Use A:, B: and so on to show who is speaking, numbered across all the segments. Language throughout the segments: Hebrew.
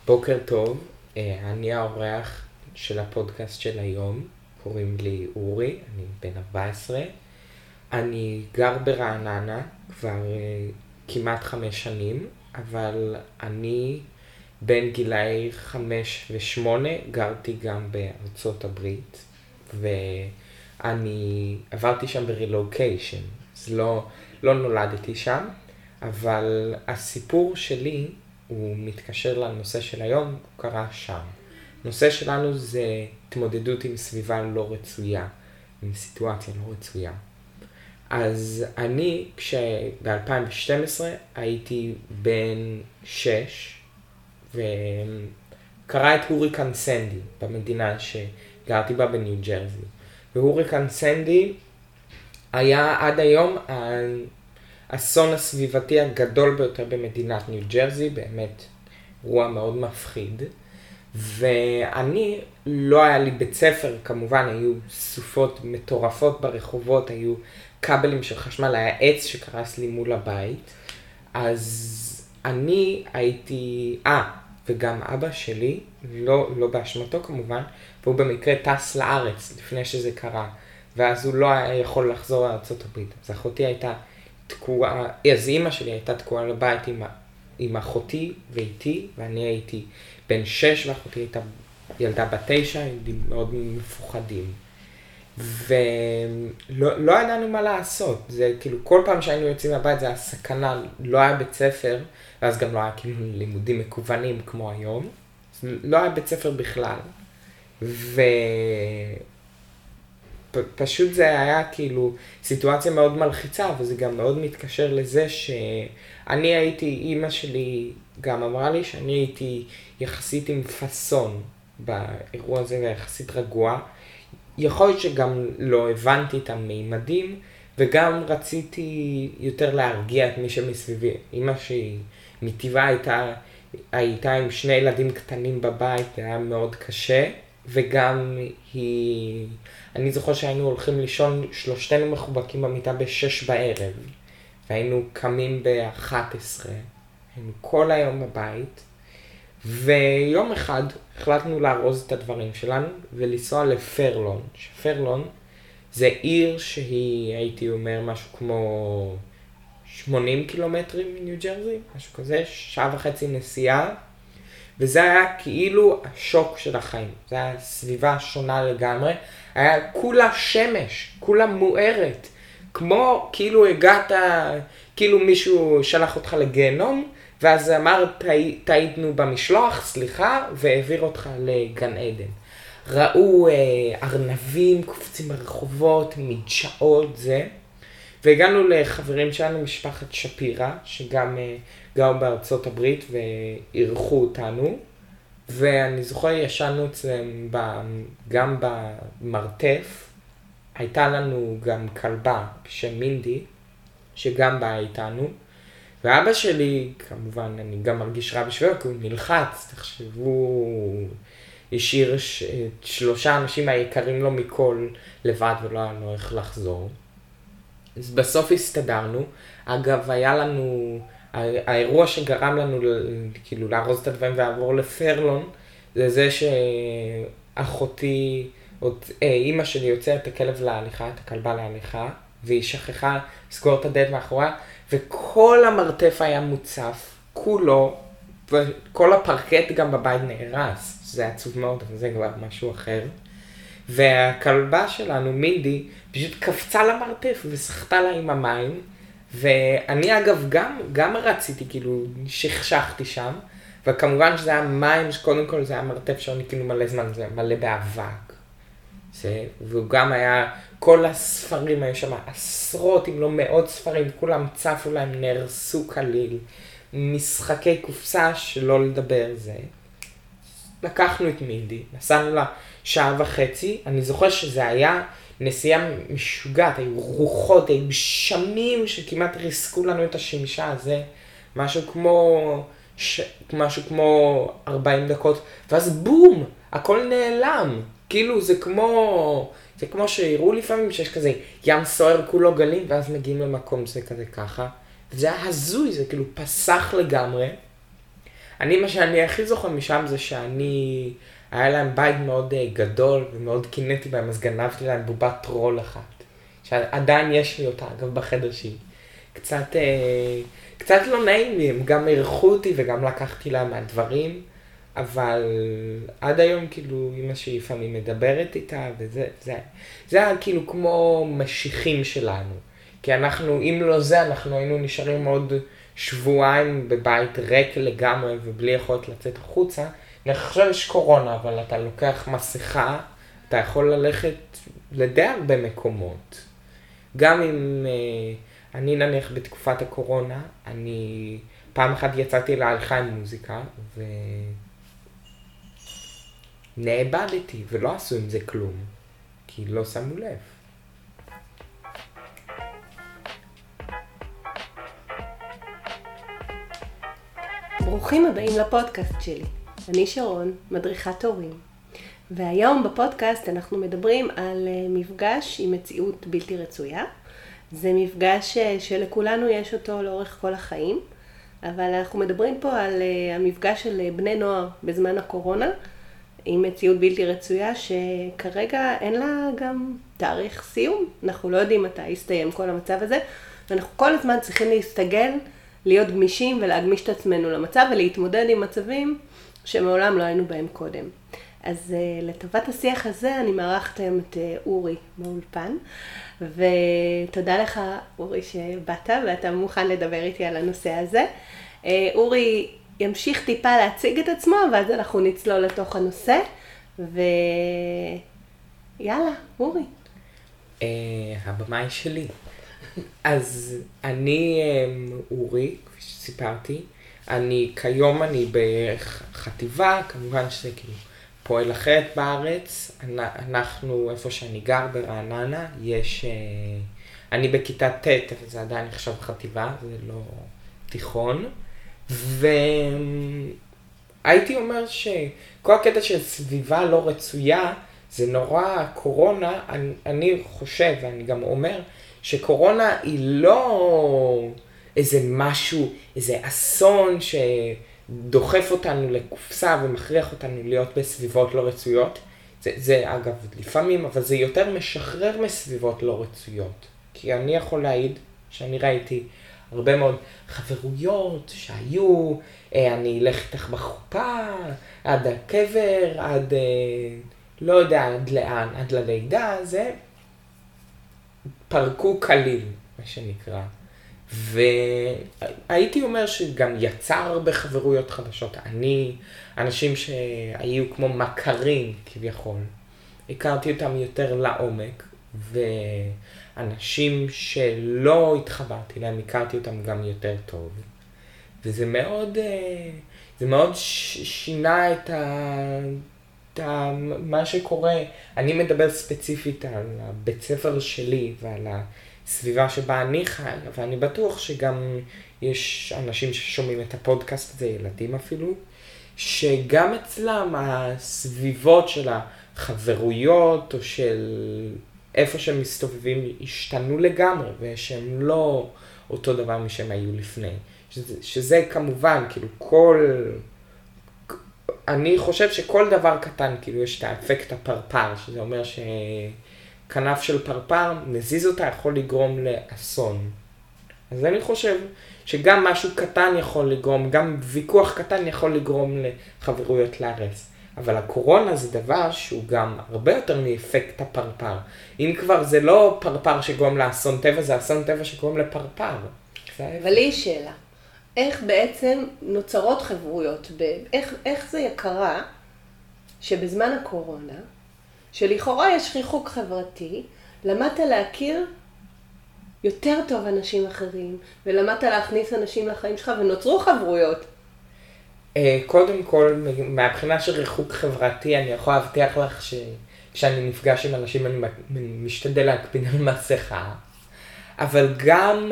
A: בוקר טוב, אני האורח של הפודקאסט של היום, קוראים לי אורי, אני בן 14. אני גר ברעננה כבר כמעט 5 שנים, אבל אני בין גילאי 5 ו-8 גרתי גם בארצות הברית, ואני עברתי שם ברילוקיישן, אז לא נולדתי שם, אבל הסיפור שלי הוא מתקשר לנושא של היום, הוא קרה שם. הנושא שלנו זה התמודדות עם סביבה לא רצויה, עם סיטואציה לא רצויה. אז אני, ב-2012 הייתי בן 6, וקרה את הוריקן סנדי במדינה שגרתי בה בניו ג'רזי. והוריקן סנדי היה עד היום האסון הסביבתי הגדול ביותר במדינת ניו ג'רזי, באמת אירוע מאוד מפחיד. ואני, לא היה לי בית ספר, כמובן היו סופות מטורפות ברחובות, היו כבלים של חשמל, היה עץ שקרס לי מול הבית. אז אני הייתי, וגם אבא שלי, לא באשמתו כמובן, והוא במקרה טס לארץ לפני שזה קרה, ואז הוא לא היה יכול לחזור לארצות הברית. אז אחותי הייתה תקועה, אז אמא שלי הייתה תקועה לבית עם אחותי ואיתי, ואני הייתי בן 6 ואחותי הייתה ילדה בת 9, ילדים מאוד מפוחדים. ולא ידענו מה לעשות, זה כאילו כל פעם שהיינו יוצאים מהבית זה היה סכנה, לא היה בית ספר, ואז גם לא היה כאילו לימודים מקוונים כמו היום, לא היה בית ספר בכלל. פשוט זה היה כאילו סיטואציה מאוד מלחיצה, וזה גם מאוד מתקשר לזה שאני הייתי, אמא שלי גם אמרה לי שאני הייתי יחסית עם פסון באירוע הזה ויחסית רגוע. יכול להיות שגם לא הבנתי את המימדים, וגם רציתי יותר להרגיע את מי שמסביבי. אמא שהיא מטבעה הייתה עם 2 ילדים קטנים בבית, זה היה מאוד קשה, וגם אני זוכר שהיינו הולכים לישון 3 מחובקים במיטה ב-6 בערב, והיינו קמים ב-11, היינו כל היום בבית, ויום אחד החלטנו לארוז את הדברים שלנו ולנסוע לפרלון. שפרלון זה עיר שהיא, הייתי אומר, משהו כמו 80 קילומטרים מניו ג'רזי, משהו כזה, 1.5 שעה נסיעה, וזה היה כאילו השוק של החיים. זה היה סביבה שונה לגמרי, היה כולה שמש, כולה מוארת, כמו כאילו הגעת, כאילו מישהו שלח אותך לגיהנום, ואז אמר, תעידנו במשלוח, סליחה, והעביר אותך לגן עדן. ראו ארנבים קופצים ברחובות, מדשאות זה, והגענו לחברים שלנו, משפחת שפירה, שגם גרו בארצות הברית ואירחו אותנו, ואני זוכר ישנו אצלם גם במרתף, הייתה לנו גם כלבה בשם מינדי, שגם באה איתנו, ואבא שלי, כמובן, אני גם מרגיש רע בשבילו, כי הוא נלחץ, תחשבו, השאיר 3 אנשים היקרים לו מכל לבד ולא היה לו איך לחזור. אז בסוף הסתדרנו. אגב, היה לנו, האירוע שגרם לנו כאילו לארוז את הדברים ולעבור לפרלון, זה שאחותי, אמא שלי יוצאת את הכלב להליכה, את הכלבה להליכה, והיא שכחה לסגור את הדלת מאחוריה, וכל המרתף היה מוצף, כולו, וכל הפרקט גם בבית נהרס, זה עצוב מאוד, אבל זה כבר משהו אחר. והכלבה שלנו, מינדי, פשוט קפצה למרתף ושחתה לה עם המים, ואני אגב גם רציתי, כאילו, שכשכתי שם, וכמובן שזה היה מים, שקודם כל זה היה מרתף שאני כאילו מלא זמן, זה מלא באבק. והוא גם היה, כל הספרים היו שם, עשרות אם לא מאות ספרים, כולם צפו להם, נהרסו כליל, משחקי קופסה שלא לדבר זה. לקחנו את מינדי, נסענו לה 1.5 שעה, אני זוכר שזה היה נסיעה משוגעת, היו רוחות, היו שמים שכמעט ריסקו לנו את השמשה הזה, משהו כמו 40 דקות, ואז בום, הכל נעלם, כאילו זה כמו שהראו לפעמים שיש כזה ים סוער כולו גלים, ואז מגיעים למקום זה כזה ככה, וזה היה הזוי, זה כאילו פסח לגמרי. מה שאני הכי זוכר משם זה היה להם בית מאוד גדול ומאוד קינאתי בהם, אז גנבתי להם בובת טרול אחת. שעדיין יש לי אותה, אגב, בחדר שלי. קצת לא נעים לי, הם גם ערכו אותי וגם לקחתי להם מהדברים, אבל עד היום כאילו אמא שלי לפעמים מדברת איתה, וזה היה כאילו כמו משיחים שלנו. כי אנחנו, אם לא זה, אנחנו היינו נשארים עוד שבועיים בבית ריק לגמרי ובלי יכולת לצאת החוצה. עכשיו יש קורונה, אבל אתה לוקח מסכה, אתה יכול ללכת לדי הרבה מקומות. גם אם אני נניח בתקופת הקורונה, אני פעם אחת יצאתי להליכה עם מוזיקה, ונאבדתי, ולא עשו עם זה כלום, כי לא שמו לב.
B: ברוכים הבאים לפודקאסט שלי. אני שרון, מדריכת הורים. והיום בפודקאסט אנחנו מדברים על מפגש עם מציאות בלתי רצויה. זה מפגש שלכולנו יש אותו לאורך כל החיים, אבל אנחנו מדברים פה על המפגש של בני נוער בזמן הקורונה, עם מציאות בלתי רצויה שכרגע אין לה גם תאריך סיום. אנחנו לא יודעים מתי יסתיים כל המצב הזה, ואנחנו כל הזמן צריכים להסתגל, להיות גמישים ולהגמיש את עצמנו למצב ולהתמודד עם מצבים שמעולם לא היינו בהם קודם. אז לטובת השיח הזה אני מארחת היום את אורי באולפן, ותודה לך אורי שבאת ואתה מוכן לדבר איתי על הנושא הזה. אורי ימשיך טיפה להציג את עצמו, ואז אנחנו נצלול לתוך הנושא, ויאללה, אורי.
A: הבמה היא שלי. אז אני אורי, כפי שסיפרתי, כיום אני בחטיבה, כמובן שזה כאילו פועל אחרת בארץ. אנחנו, איפה שאני גר ברעננה, אני בכיתה ט', אבל זה עדיין נחשב חטיבה, זה לא תיכון. והייתי אומר שכל הקטע של סביבה לא רצויה, זה נורא קורונה. אני חושב, ואני גם אומר, שקורונה היא לא איזה משהו, איזה אסון שדוחף אותנו לקופסה ומכריח אותנו להיות בסביבות לא רצויות. זה אגב לפעמים, אבל זה יותר משחרר מסביבות לא רצויות. כי אני יכול להעיד שאני ראיתי הרבה מאוד חברויות שהיו, אני אלך איתך בחופה, עד הקבר, עד לא יודע עד לאן, עד ללידה, זה פרקו כליל, מה שנקרא. והייתי אומר שגם יצר הרבה חברויות חדשות. אנשים שהיו כמו מכרים כביכול, הכרתי אותם יותר לעומק, ואנשים שלא התחברתי להם, הכרתי אותם גם יותר טוב. וזה מאוד שינה את מה שקורה. אני מדבר ספציפית על הבית ספר שלי ועל הסביבה שבה אני חי, ואני בטוח שגם יש אנשים ששומעים את הפודקאסט הזה, ילדים אפילו, שגם אצלם הסביבות של החברויות או של איפה שהם מסתובבים השתנו לגמרי, ושהם לא אותו דבר משהם היו לפני. שזה כמובן, כאילו אני חושב שכל דבר קטן, כאילו יש את האפקט הפרפר, שזה אומר שכנף של פרפר, נזיז אותה יכול לגרום לאסון. אז אני חושב שגם משהו קטן יכול לגרום, גם ויכוח קטן יכול לגרום לחברויות להרס. אבל הקורונה זה דבר שהוא גם הרבה יותר מאפקט הפרפר. אם כבר זה לא פרפר שגורם לאסון טבע, זה אסון טבע שגורם לפרפר.
B: אבל לי שאלה. איך בעצם נוצרות חברויות, איך זה יקרה שבזמן הקורונה, שלכאורה יש ריחוק חברתי, למדת להכיר יותר טוב אנשים אחרים, ולמדת להכניס אנשים לחיים שלך ונוצרו חברויות?
A: קודם כל, מהבחינה של ריחוק חברתי, אני יכול להבטיח לך שכשאני נפגש עם אנשים אני משתדל להקפיד על מסכה, אבל גם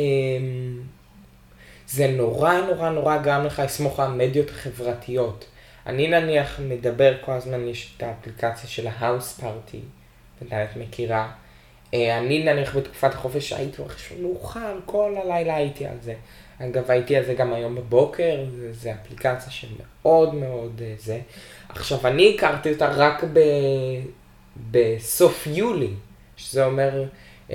A: זה נורא גם לך לסמוך על המדיות החברתיות. אני נניח מדבר כל הזמן, יש את האפליקציה של ההאוס פארטי, ואתה מכירה, אני נניח בתקופת החופש הייתי ממש מאוחר, כל הלילה הייתי על זה. אגב, הייתי על זה גם היום בבוקר, זה אפליקציה שמאוד מאוד זה. עכשיו, אני הכרתי אותה רק בסוף יולי, שזה אומר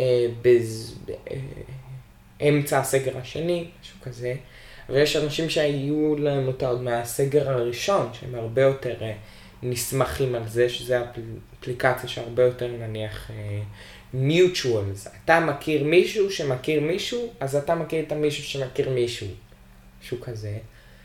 A: באמצע הסגר השני, משהו כזה. ויש אנשים שהיו להם אותה עוד מהסגר הראשון, שהם הרבה יותר נסמכים על זה, שזה אפליקציה שהרבה יותר נניח mutuals. אתה מכיר מישהו שמכיר מישהו, אז אתה מכיר את המישהו שמכיר מישהו. משהו כזה.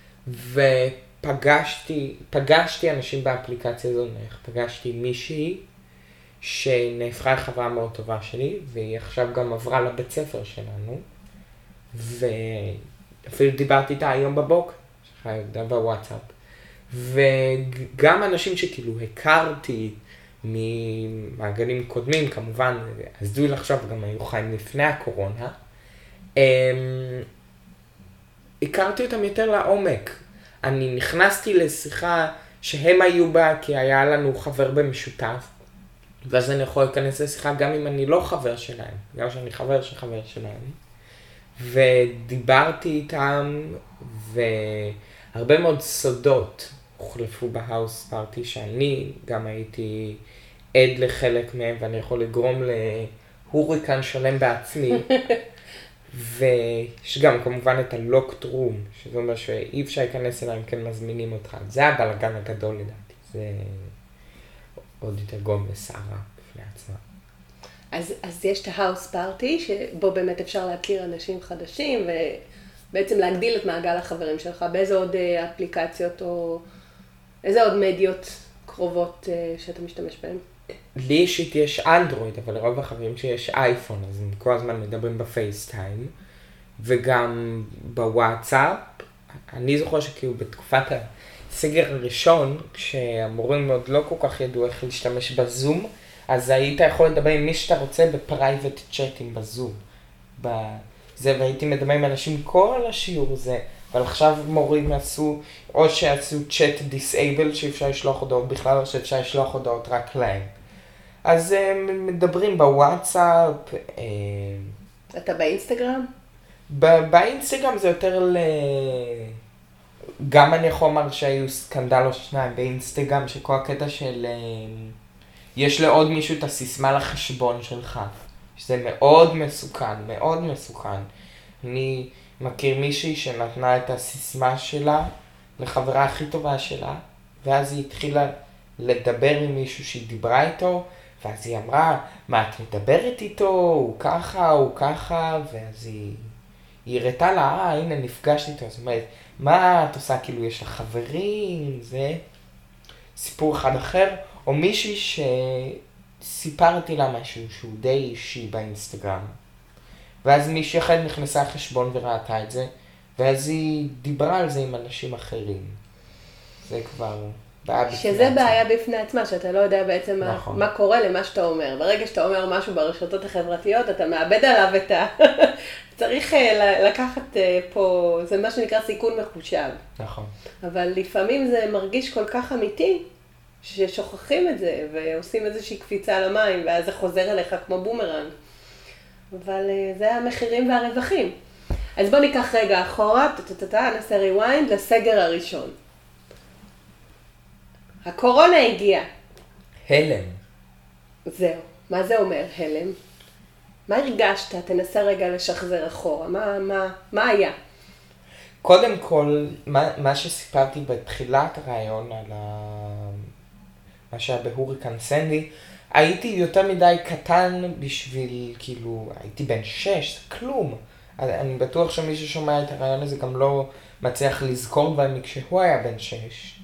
A: ופגשתי אנשים באפליקציה הזו, פגשתי מישהי שנהפכה לחברה מאוד טובה שלי, והיא עכשיו גם עברה לבית ספר שלנו, ואפילו דיברתי איתה היום בבוקר, בוואטסאפ, וגם אנשים שכאילו הכרתי ממעגלים קודמים, כמובן, אז דעו לחשוב, גם היו חיים לפני הקורונה, הכרתי אותם יותר לעומק. אני נכנסתי לשיחה שהם היו בה כי היה לנו חבר במשותף, ואז אני יכול להיכנס לשיחה גם אם אני לא חבר שלהם, גם שאני חבר של חבר שלהם. ודיברתי איתם, והרבה מאוד סודות הוחלפו בהאוס פארטי, שאני גם הייתי עד לחלק מהם, ואני יכול לגרום להוריקן שלם בעצמי. ויש גם כמובן את הלוקט רום, שזה אומר שאי אפשר להיכנס אליהם כן מזמינים אותך. זה הבלגן הגדול לדעתי, זה עוד יותר גום וסערה בפני עצמה.
B: אז יש את ההאוס פארטי, שבו באמת אפשר להכיר אנשים חדשים, ובעצם להגדיל את מעגל החברים שלך. באיזה עוד אפליקציות או איזה עוד מדיות קרובות שאתה משתמש בהן?
A: לי אישית יש אנדרואיד, אבל לרוב החברים שיש אייפון, אז הם כל הזמן מדברים בפייסטיים, וגם בוואטסאפ. אני זוכר שכאילו בתקופת הסגר הראשון, כשהמורים עוד לא כל כך ידעו איך להשתמש בזום, אז היית יכול לדבר עם מי שאתה רוצה בפרייבט צ'אטים בזום. והייתי מדבר עם אנשים כל השיעור זה, אבל עכשיו מורים עשו, או שעשו צ'אט דיסאבל שאפשר לשלוח הודעות בכלל, או שאפשר לשלוח הודעות רק להם. אז מדברים בוואטסאפ.
B: אתה באינסטגרם?
A: באינסטגרם זה יותר גם אני יכול לומר שהיו סקנדל או שניים באינסטגרם, שכל הקטע של יש לעוד מישהו את הסיסמה לחשבון שלך, שזה מאוד מסוכן, מאוד מסוכן. אני מכיר מישהי שנתנה את הסיסמה שלה לחברה הכי טובה שלה, ואז היא התחילה לדבר עם מישהו שהיא דיברה איתו, ואז היא אמרה, מה את מדברת איתו, הוא ככה, ואז היא הראתה לה, הנה נפגשתי איתו, זאת אומרת, מה את עושה, כאילו יש לך חברים, זה סיפור אחד אחר, או מישהי שסיפרתי לה משהו שהוא די אישי באינסטגרם, ואז מישהי אחת נכנסה לחשבון וראתה את זה, ואז היא דיברה על זה עם אנשים אחרים. זה כבר בעיה בפני עצמה.
B: שזה בעיה בפני עצמה, שאתה לא יודע בעצם
A: נכון.
B: מה קורה למה שאתה אומר. ברגע שאתה אומר משהו ברשתות החברתיות, אתה מאבד עליו את צריך לקחת פה, זה מה שנקרא סיכון מחושב.
A: נכון.
B: אבל לפעמים זה מרגיש כל כך אמיתי, ששוכחים את זה, ועושים איזושהי קפיצה למים, ואז זה חוזר אליך כמו בומרנג. אבל זה המחירים והרווחים. אז בוא ניקח רגע אחורה, נעשה ריוויינד לסגר הראשון. הקורונה הגיעה.
A: הלם.
B: זהו. מה זה אומר, הלם? מה הרגשת? תנסה רגע לשחזר אחורה. מה היה?
A: קודם כל, מה שסיפרתי בתחילת הרעיון על מה שהיה בהוריקן סנדי, הייתי יותר מדי קטן בשביל, כאילו, הייתי בן 6, זה כלום. אני בטוח שמי ששומע את הרעיון הזה גם לא מצליח לזכור בהם כשהוא היה בן 6.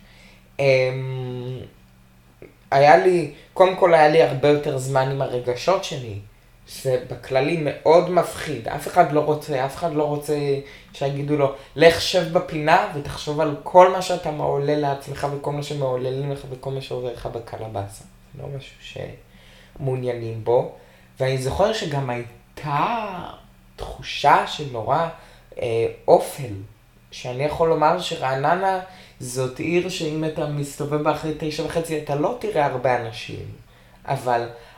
A: קודם כל היה לי הרבה יותר זמן עם הרגשות שלי. זה בכללי מאוד מפחיד. אף אחד לא רוצה שיגידו לו, לך שב בפינה ותחשוב על כל מה שאתה מעולל לעצמך וכל מה שמעוללים לך וכל מה שעובר לך בקלבאסה. זה לא משהו שמעוניינים בו. ואני זוכר שגם הייתה תחושה של נורא אופל. שאני יכול לומר שרעננה זאת עיר שאם אתה מסתובב באחרי 9:30 אתה לא תראה הרבה אנשים. אבל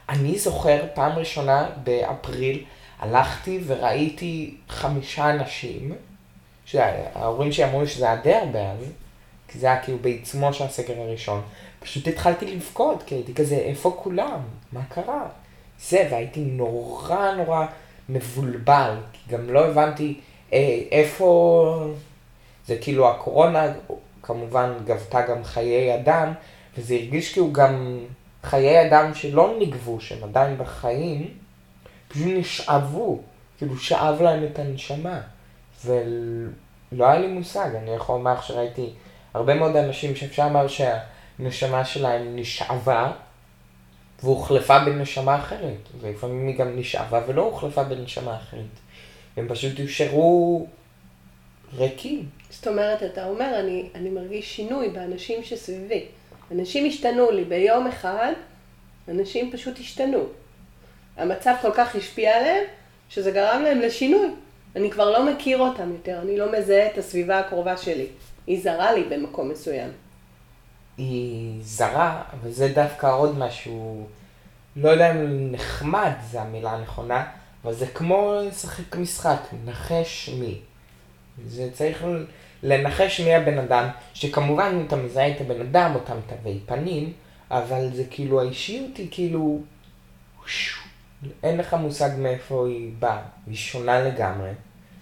A: אני זוכר פעם ראשונה באפריל, הלכתי וראיתי 5 אנשים, שההורים שלי אמרו לי שזה היה די הרבה אז, כי זה היה כאילו בעיצומו של הסגר הראשון. פשוט התחלתי לבכות, כי הייתי כזה, איפה כולם? מה קרה? והייתי נורא נורא מבולבל, כי גם לא הבנתי איפה... זה כאילו הקורונה כמובן גבתה גם חיי אדם, וזה הרגיש כאילו גם חיי אדם שלא נגבו, שהם עדיין בחיים, פשוט נשאבו, כאילו שאב להם את הנשמה. ולא היה לי מושג, אני יכול לומר שראיתי הרבה מאוד אנשים שאפשר לומר שהנשמה שלהם נשאבה, והוחלפה בנשמה אחרת, ולפעמים היא גם נשאבה ולא הוחלפה בנשמה אחרת. הם פשוט יושרו ריקים.
B: זאת אומרת, אתה אומר, אני מרגיש שינוי באנשים שסביבי. אנשים השתנו לי ביום אחד, אנשים פשוט השתנו. המצב כל כך השפיע עליהם, שזה גרם להם לשינוי. אני כבר לא מכיר אותם יותר, אני לא מזהה את הסביבה הקרובה שלי. היא זרה לי במקום מסוים.
A: היא זרה, אבל זה דווקא עוד משהו, לא יודע אם נחמד זה המילה הנכונה, אבל זה כמו לשחק משחק, נחש מי. זה צריך לנחש מי הבן אדם, שכמובן אם אתה מזהה את הבן אדם, אותם תווי פנים, אבל זה כאילו האישיות היא כאילו, אין לך מושג מאיפה היא באה, היא שונה לגמרי,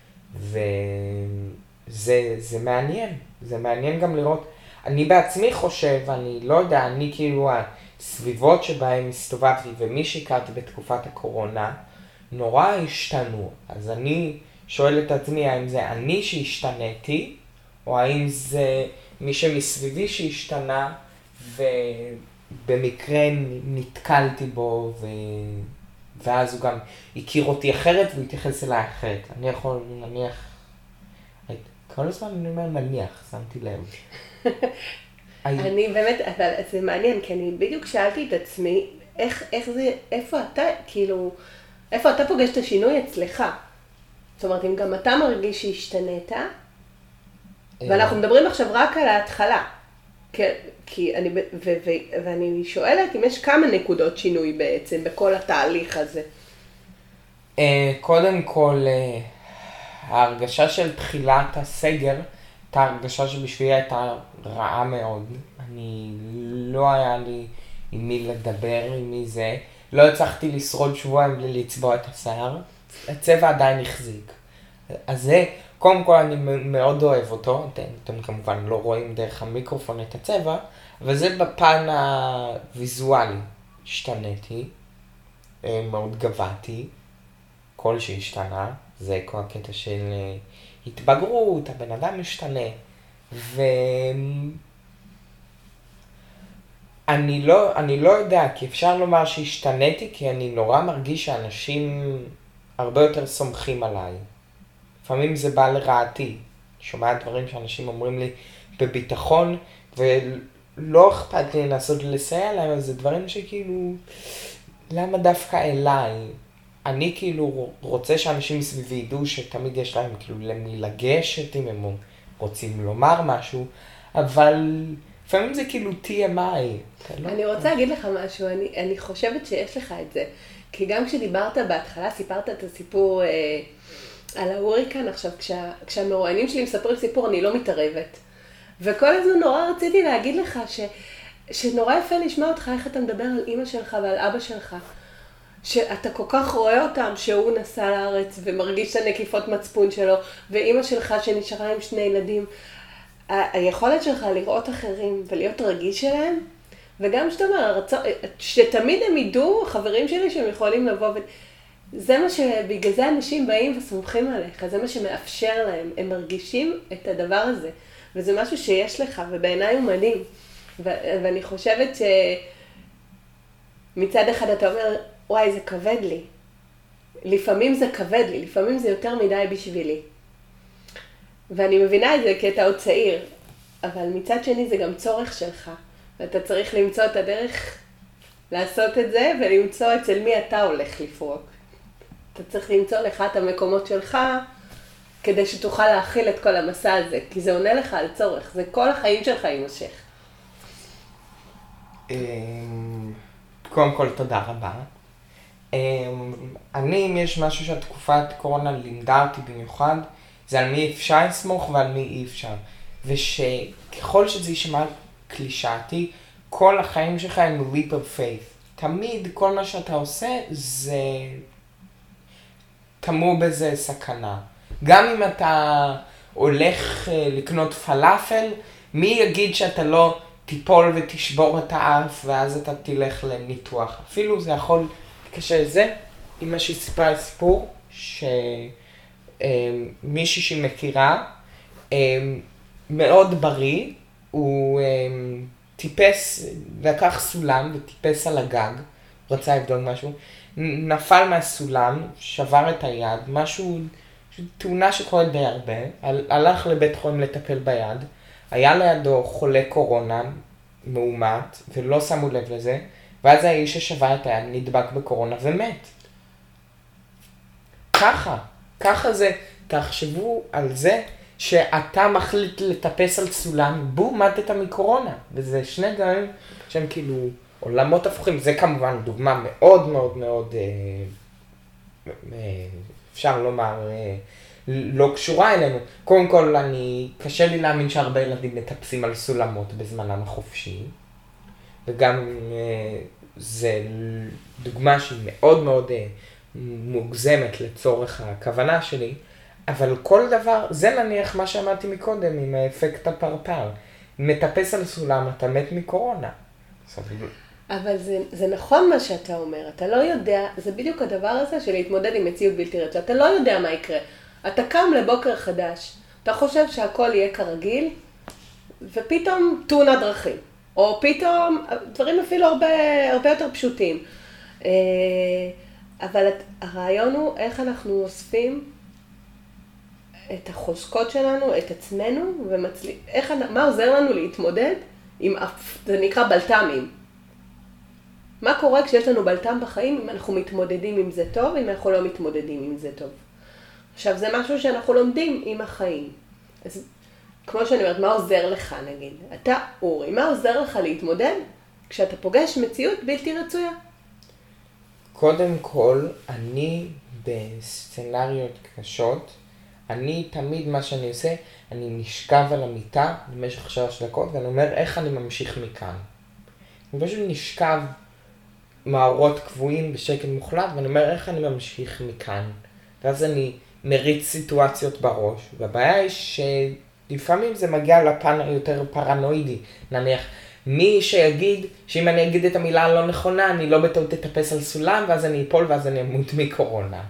A: וזה מעניין, זה מעניין גם לראות, אני בעצמי חושב, אני לא יודע, אני כאילו הסביבות שבהן הסתובבתי ומי שהכרתי בתקופת הקורונה, נורא השתנו, אז אני שואל את עצמי האם זה אני שהשתניתי, או האם זה מי שמסביבי שהשתנה, ובמקרה נתקלתי בו, ואז הוא גם הכיר אותי אחרת והוא התייחס אליי אחרת. אני יכול נניח, כל הזמן אני אומר נניח, שמתי לב.
B: אני באמת, אבל זה מעניין, כי אני בדיוק שאלתי את עצמי, איך זה, איפה אתה, כאילו, איפה אתה פוגש את השינוי אצלך? זאת אומרת, אם גם אתה מרגיש שהשתנית, ואנחנו מדברים עכשיו רק על ההתחלה, ואני שואלת אם יש כמה נקודות שינוי בעצם בכל התהליך הזה.
A: קודם כל, ההרגשה של תחילת הסגר, הייתה הרגשה שבשבילי הייתה רעה מאוד. לא היה לי עם מי לדבר, עם מי זה. לא הצלחתי לשרוד שבועיים בלי לצבוע את השיער. הצבע עדיין החזיק. אז זה, קודם כל אני מאוד אוהב אותו. אתם כמובן לא רואים דרך המיקרופון את הצבע, אבל זה בפן הוויזואלי. השתניתי, מאוד גבעתי, כל שהשתנה. זה כל הקטע של התבגרות, הבן אדם משתנה. אני לא יודע, כי אפשר לומר שהשתניתי, כי אני נורא מרגיש שאנשים הרבה יותר סומכים עליי. לפעמים זה בא לרעתי. שומע דברים שאנשים אומרים לי בביטחון, ולא אכפת לי לנסות לסייע להם, אז זה דברים שכאילו, למה דווקא אליי? אני כאילו רוצה שאנשים מסביבי ידעו שתמיד יש להם כאילו למי לגשת אם הם רוצים לומר משהו, אבל לפעמים זה כאילו TMI.
B: אני רוצה להגיד לך משהו, אני חושבת שיש לך את זה, כי גם כשדיברת בהתחלה, סיפרת את הסיפור על ההוריקן, עכשיו כשהמרואיינים שלי מספרים סיפור אני לא מתערבת, וכל הזמן נורא רציתי להגיד לך שנורא יפה לשמוע אותך איך אתה מדבר על אמא שלך ועל אבא שלך, שאתה כל כך רואה אותם שהוא נסע לארץ ומרגיש את הנקיפות מצפון שלו, ואמא שלך שנשארה עם 2 ילדים. היכולת שלך לראות אחרים ולהיות רגיש שלהם, וגם שאתה אומר, שתמיד הם ידעו, חברים שלי שהם יכולים לבוא, זה מה שבגלל זה אנשים באים וסומכים עליך, זה מה שמאפשר להם, הם מרגישים את הדבר הזה, וזה משהו שיש לך, ובעיניי הוא מדהים. ואני חושבת שמצד אחד אתה אומר, וואי, זה כבד לי. לפעמים זה כבד לי, לפעמים זה יותר מדי בשבילי. ואני מבינה את זה כי אתה עוד צעיר, אבל מצד שני זה גם צורך שלך, ואתה צריך למצוא את הדרך לעשות את זה, ולמצוא אצל מי אתה הולך לפרוק. אתה צריך למצוא לך את המקומות שלך, כדי שתוכל להכיל את כל המסע הזה, כי זה עונה לך על צורך, זה כל החיים שלך יימשך.
A: קודם כל תודה רבה. אם יש משהו שהתקופת קורונה לימדה אותי במיוחד, זה על מי אפשר לסמוך ועל מי אי אפשר. ושככל שזה יישמע קלישאתי, כל החיים שלך הם leap of faith. תמיד כל מה שאתה עושה זה תמו בזה סכנה. גם אם אתה הולך לקנות פלאפל, מי יגיד שאתה לא תיפול ותשבור את האף ואז אתה תלך לניתוח. אפילו זה יכול להתקשר לזה. אמא שהיא סיפרה סיפור שמישהי שהיא מכירה מאוד בריא, הוא טיפס, לקח סולם וטיפס על הגג, רצה לבדוק משהו, נפל מהסולם, שבר את היד, משהו, תאונה שקורית די הרבה, הלך לבית חולים לטפל ביד, היה לידו חולה קורונה מאומת, ולא שמו לב לזה, ואז האיש ששבר את היד נדבק בקורונה ומת. ככה זה, תחשבו על זה שאתה מחליט לטפס על סולם, בום, מתת מקורונה. וזה שני דברים שהם כאילו עולמות הפוכים. זה כמובן דוגמה מאוד מאוד מאוד, אפשר לומר, לא קשורה אלינו. קודם כל, קשה לי להאמין שהרבה ילדים מטפסים על סולמות בזמנם החופשי. וגם זה דוגמה שהיא מאוד מאוד מוגזמת לצורך הכוונה שלי. אבל כל דבר, זה נניח מה שאמרתי מקודם עם האפקט הפרפר. מטפס על סולם, אתה מת מקורונה.
B: אבל זה נכון מה שאתה אומר, אתה לא יודע, זה בדיוק הדבר הזה של להתמודד עם מציאות בלתי רצויה, אתה לא יודע מה יקרה. אתה קם לבוקר חדש, אתה חושב שהכל יהיה כרגיל, ופתאום תאונת דרכים, או פתאום דברים אפילו הרבה יותר פשוטים. אבל הרעיון הוא איך אנחנו אוספים את החוזקות שלנו, את עצמנו, מה עוזר לנו להתמודד עם, זה נקרא בלת"מים. מה קורה כשיש לנו בלת"ם בחיים, אם אנחנו מתמודדים עם זה טוב, אם אנחנו לא מתמודדים עם זה טוב. עכשיו, זה משהו שאנחנו לומדים עם החיים. אז כמו שאני אומרת, מה עוזר לך נגיד? אתה, אורי, מה עוזר לך להתמודד כשאתה פוגש מציאות בלתי רצויה?
A: קודם כל, אני בסצנריות קשות, אני תמיד מה שאני עושה, אני נשכב על המיטה במשך 3 דקות, ואני אומר איך אני ממשיך מכאן. אני פשוט נשכב מאורות קבועים בשקט מוחלט, ואני אומר איך אני ממשיך מכאן. ואז אני מריץ סיטואציות בראש, והבעיה היא שלפעמים זה מגיע לפן היותר פרנואידי. נניח, מי שיגיד שאם אני אגיד את המילה הלא נכונה, אני לא בטעות תטפס על סולם, ואז אני אפול ואז אני אמות מקורונה.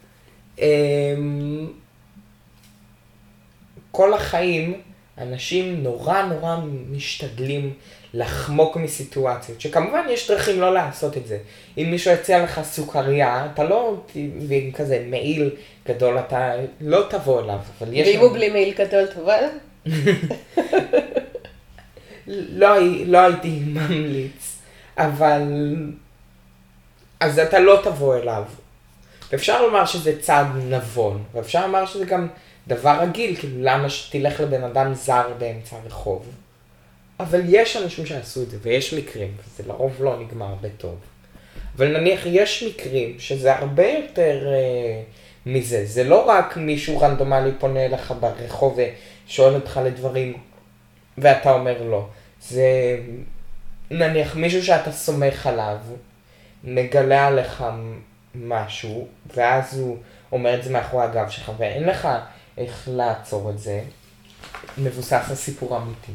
A: כל החיים, אנשים נורא משתדלים לחמוק מסיטואציות, שכמובן יש דרכים לא לעשות את זה. אם מישהו יציע לך סוכריה, אתה לא תבין כזה מעיל גדול, אתה לא תבוא אליו.
B: ואם הוא בלי מעיל גדול, תבוא אליו?
A: לא הייתי ממליץ, אבל אז אתה לא תבוא אליו. ואפשר לומר שזה צעד נבון, ואפשר לומר שזה גם דבר רגיל, כאילו למה שתלך לבן אדם זר באמצע הרחוב. אבל יש אנשים שעשו את זה, ויש מקרים, וזה לרוב לא נגמר בטוב. אבל נניח יש מקרים שזה הרבה יותר מזה. זה לא רק מישהו רנדומלי פונה אליך ברחוב ושואל אותך לדברים, ואתה אומר לא. זה נניח מישהו שאתה סומך עליו, מגלה עליך משהו, ואז הוא אומר את זה מאחורי הגב שלך, ואין לך איך לעצור את זה, מבוסס על סיפור אמיתי.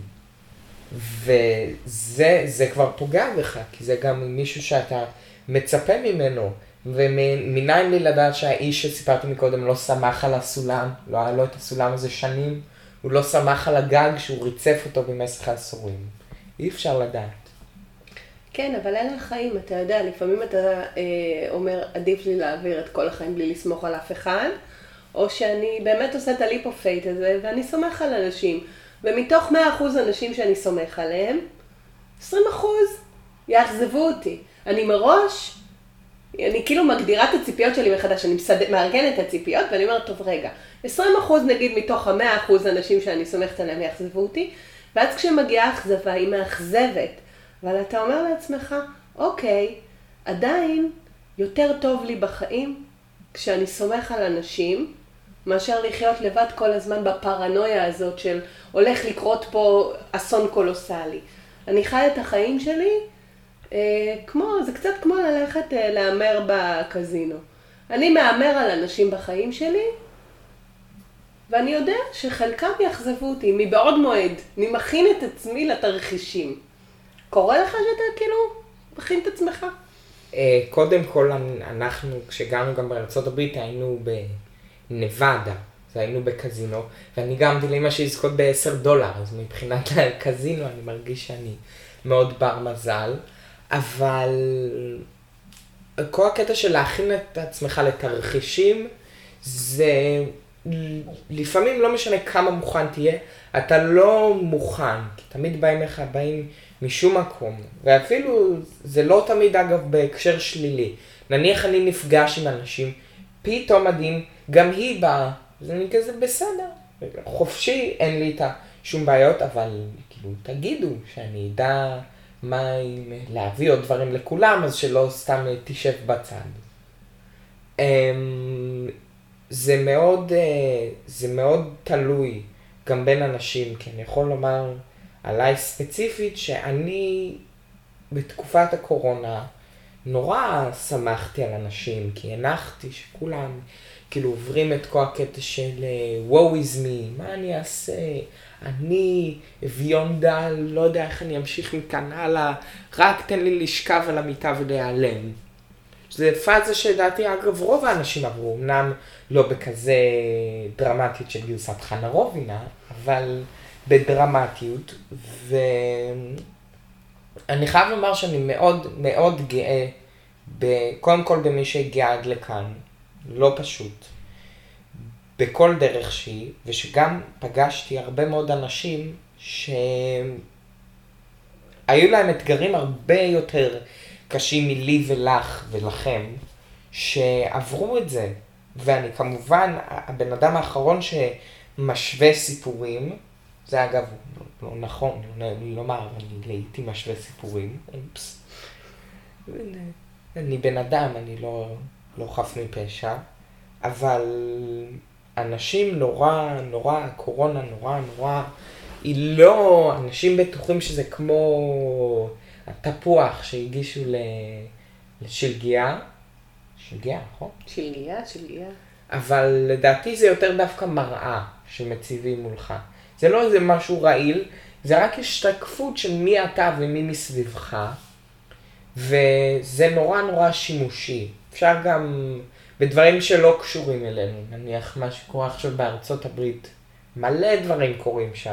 A: וזה כבר פוגע בך, כי זה גם מישהו שאתה מצפה ממנו, ומניין לי לדעת שהאיש שסיפרתי מקודם לא שמח על הסולם, לא היה לו את הסולם הזה שנים, הוא לא שמח על הגג שהוא ריצף אותו במשך העשורים. אי אפשר לדעת.
B: כן, אבל אלה החיים, אתה יודע, לפעמים אתה אומר, עדיף לי להעביר את כל החיים בלי לסמוך על אף אחד, או שאני באמת עושה את הליפ אוף פייט הזה, ואני סומך על אנשים, ומתוך 100% אנשים שאני סומך עליהם, 20% יאכזבו אותי. אני מראש, אני כאילו מגדירה את הציפיות שלי מחדש, אני מארגנת את הציפיות, ואני אומרת, טוב רגע, 20% נגיד מתוך 100% אנשים שאני סומכת עליהם יאכזבו אותי, ואז כשמגיעה אכזבה היא מאכזבת, אבל אתה אומר לעצמך, אוקיי, עדיין יותר טוב לי בחיים כשאני סומך על אנשים, מאשר לחיות לבד כל הזמן בפרנויה הזאת של הולך לקרות פה אסון קולוסלי. אני חי את החיים שלי, זה קצת כמו ללכת להמר בקזינו. אני מאמר על אנשים בחיים שלי, ואני יודע שחלקם יחזבו אותי מבעוד מועד. אני מכין את עצמי לתרחישים. קורה לך שאתה כאילו מכין את עצמך?
A: קודם כל, אנחנו, כשגרנו גם בארצות הברית, היינו בנבדה, אז היינו בקזינו, ואני גם לאמא שיזכות $10, אז מבחינת הקזינו אני מרגיש שאני מאוד בר מזל, אבל כל הקטע של להכין את עצמך לתרחישים, זה לפעמים לא משנה כמה מוכן תהיה, אתה לא מוכן, כי תמיד באים משום מקום, ואפילו זה לא תמיד אגב בהקשר שלילי. נניח אני נפגש עם אנשים, פתאום מדהים, גם היא באה, אז אני כזה בסדר, חופשי, אין לי איתה שום בעיות, אבל כאילו תגידו שאני אדע להביא עוד דברים לכולם, אז שלא סתם תשב בצד. זה מאוד תלוי גם בין אנשים, כי אני יכול לומר עליי ספציפית שאני בתקופת הקורונה נורא שמחתי על אנשים, כי הנחתי שכולם כאילו עוברים את כל הקטע של woe is me, מה אני אעשה? אני אביון דל, לא יודע איך אני אמשיך מכאן הלאה, רק תן לי לשכב על המיטה ולהיעלם. זה פאזה שדעתי אגב רוב האנשים עברו, אמנם לא בכזה דרמטיות של גרסת חנה רובינה, אבל בדרמטיות, ואני חייב לומר שאני מאוד מאוד גאה, קודם כל במי שהגיע עד לכאן, לא פשוט, בכל דרך שהיא, ושגם פגשתי הרבה מאוד אנשים שהיו להם אתגרים הרבה יותר קשים מלי ולך ולכם, שעברו את זה, ואני כמובן הבן אדם האחרון שמשווה סיפורים, זה אגב לא נכון, לומר, אני לעיתים משווה סיפורים, אני בן אדם, אני לא חף מפשע, אבל אנשים נורא, הקורונה נורא, היא לא, אנשים בטוחים שזה כמו התפוח שהגישו לשלגיה, נכון?
B: שלגיה.
A: אבל לדעתי זה יותר דווקא מראה שמציבים מולך. זה לא איזה משהו רעיל, זה רק השתקפות של מי אתה ומי מסביבך, וזה נורא שימושי. אפשר גם בדברים שלא קשורים אלינו, נניח מה שקורה עכשיו בארצות הברית, מלא דברים קורים שם.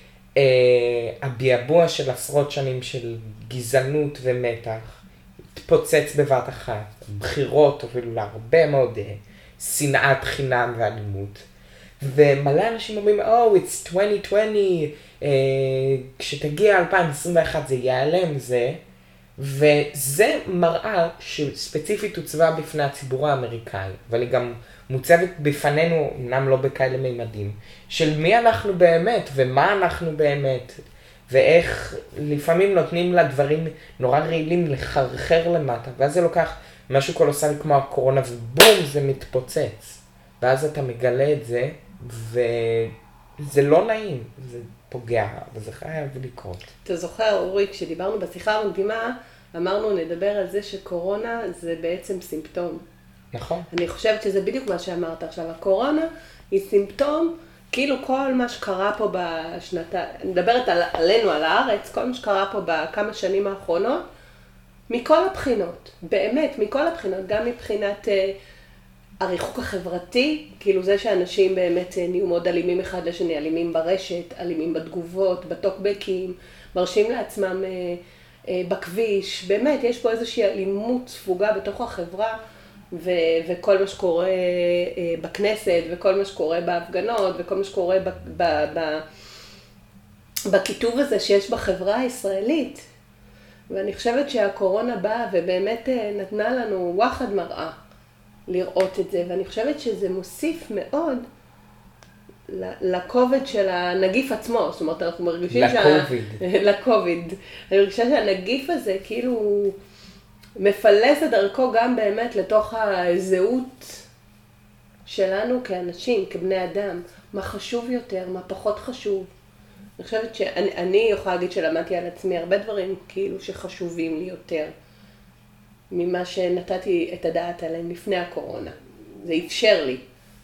A: הביאבוע של עשרות שנים של גזענות ומתח, התפוצץ בבת אחת, בחירות הובילו להרבה מאוד שנאת חינם ואלימות. ומלא אנשים אומרים, it's 2020, כשתגיע 2021 זה ייעלם זה, וזה מראה שספציפית הוצבה בפני הציבור האמריקאי, אבל היא גם מוצבת בפנינו, אמנם לא בכאלה מימדים, של מי אנחנו באמת ומה אנחנו באמת, ואיך לפעמים נותנים לדברים נורא רעילים לחרחר למטה, ואז זה לוקח משהו קולוסלי כמו הקורונה, ובום, זה מתפוצץ. ואז אתה מגלה את זה, וזה לא נעים, זה פוגע, וזה חייב לקרות.
B: אתה זוכר, אורי, כשדיברנו בשיחה המקדימה, אמרנו נדבר על זה שקורונה זה בעצם סימפטום.
A: נכון.
B: אני חושבת שזה בדיוק מה שאמרת עכשיו. הקורונה היא סימפטום, כאילו כל מה שקרה פה אני מדברת עלינו, על הארץ, כל מה שקרה פה בכמה שנים האחרונות, מכל הבחינות, באמת, מכל הבחינות, גם מבחינת הריחוק החברתי, כאילו זה שאנשים באמת נהיו מאוד אלימים אחד לשני, אלימים ברשת, אלימים בתגובות, בטוקבקים, מרשים לעצמם בכביש, באמת, יש פה איזושהי אלימות ספוגה בתוך החברה, וכל מה שקורה בכנסת, וכל מה שקורה בהפגנות, וכל מה שקורה בכיתוב הזה שיש בחברה הישראלית. ואני חושבת שהקורונה באה ובאמת נתנה לנו וואחד מראה לראות את זה, ואני חושבת שזה מוסיף מאוד לכובד של הנגיף עצמו, זאת אומרת, אנחנו מרגישים
A: לקוביד.
B: לקוביד. אני מרגישה שהנגיף הזה כאילו מפלס את דרכו גם באמת לתוך הזהות שלנו כאנשים, כבני אדם. מה חשוב יותר, מה פחות חשוב. אני חושבת שאני יכולה להגיד שלמדתי על עצמי הרבה דברים כאילו שחשובים לי יותר ממה שנתתי את הדעת עליהם לפני הקורונה. זה אפשר לי.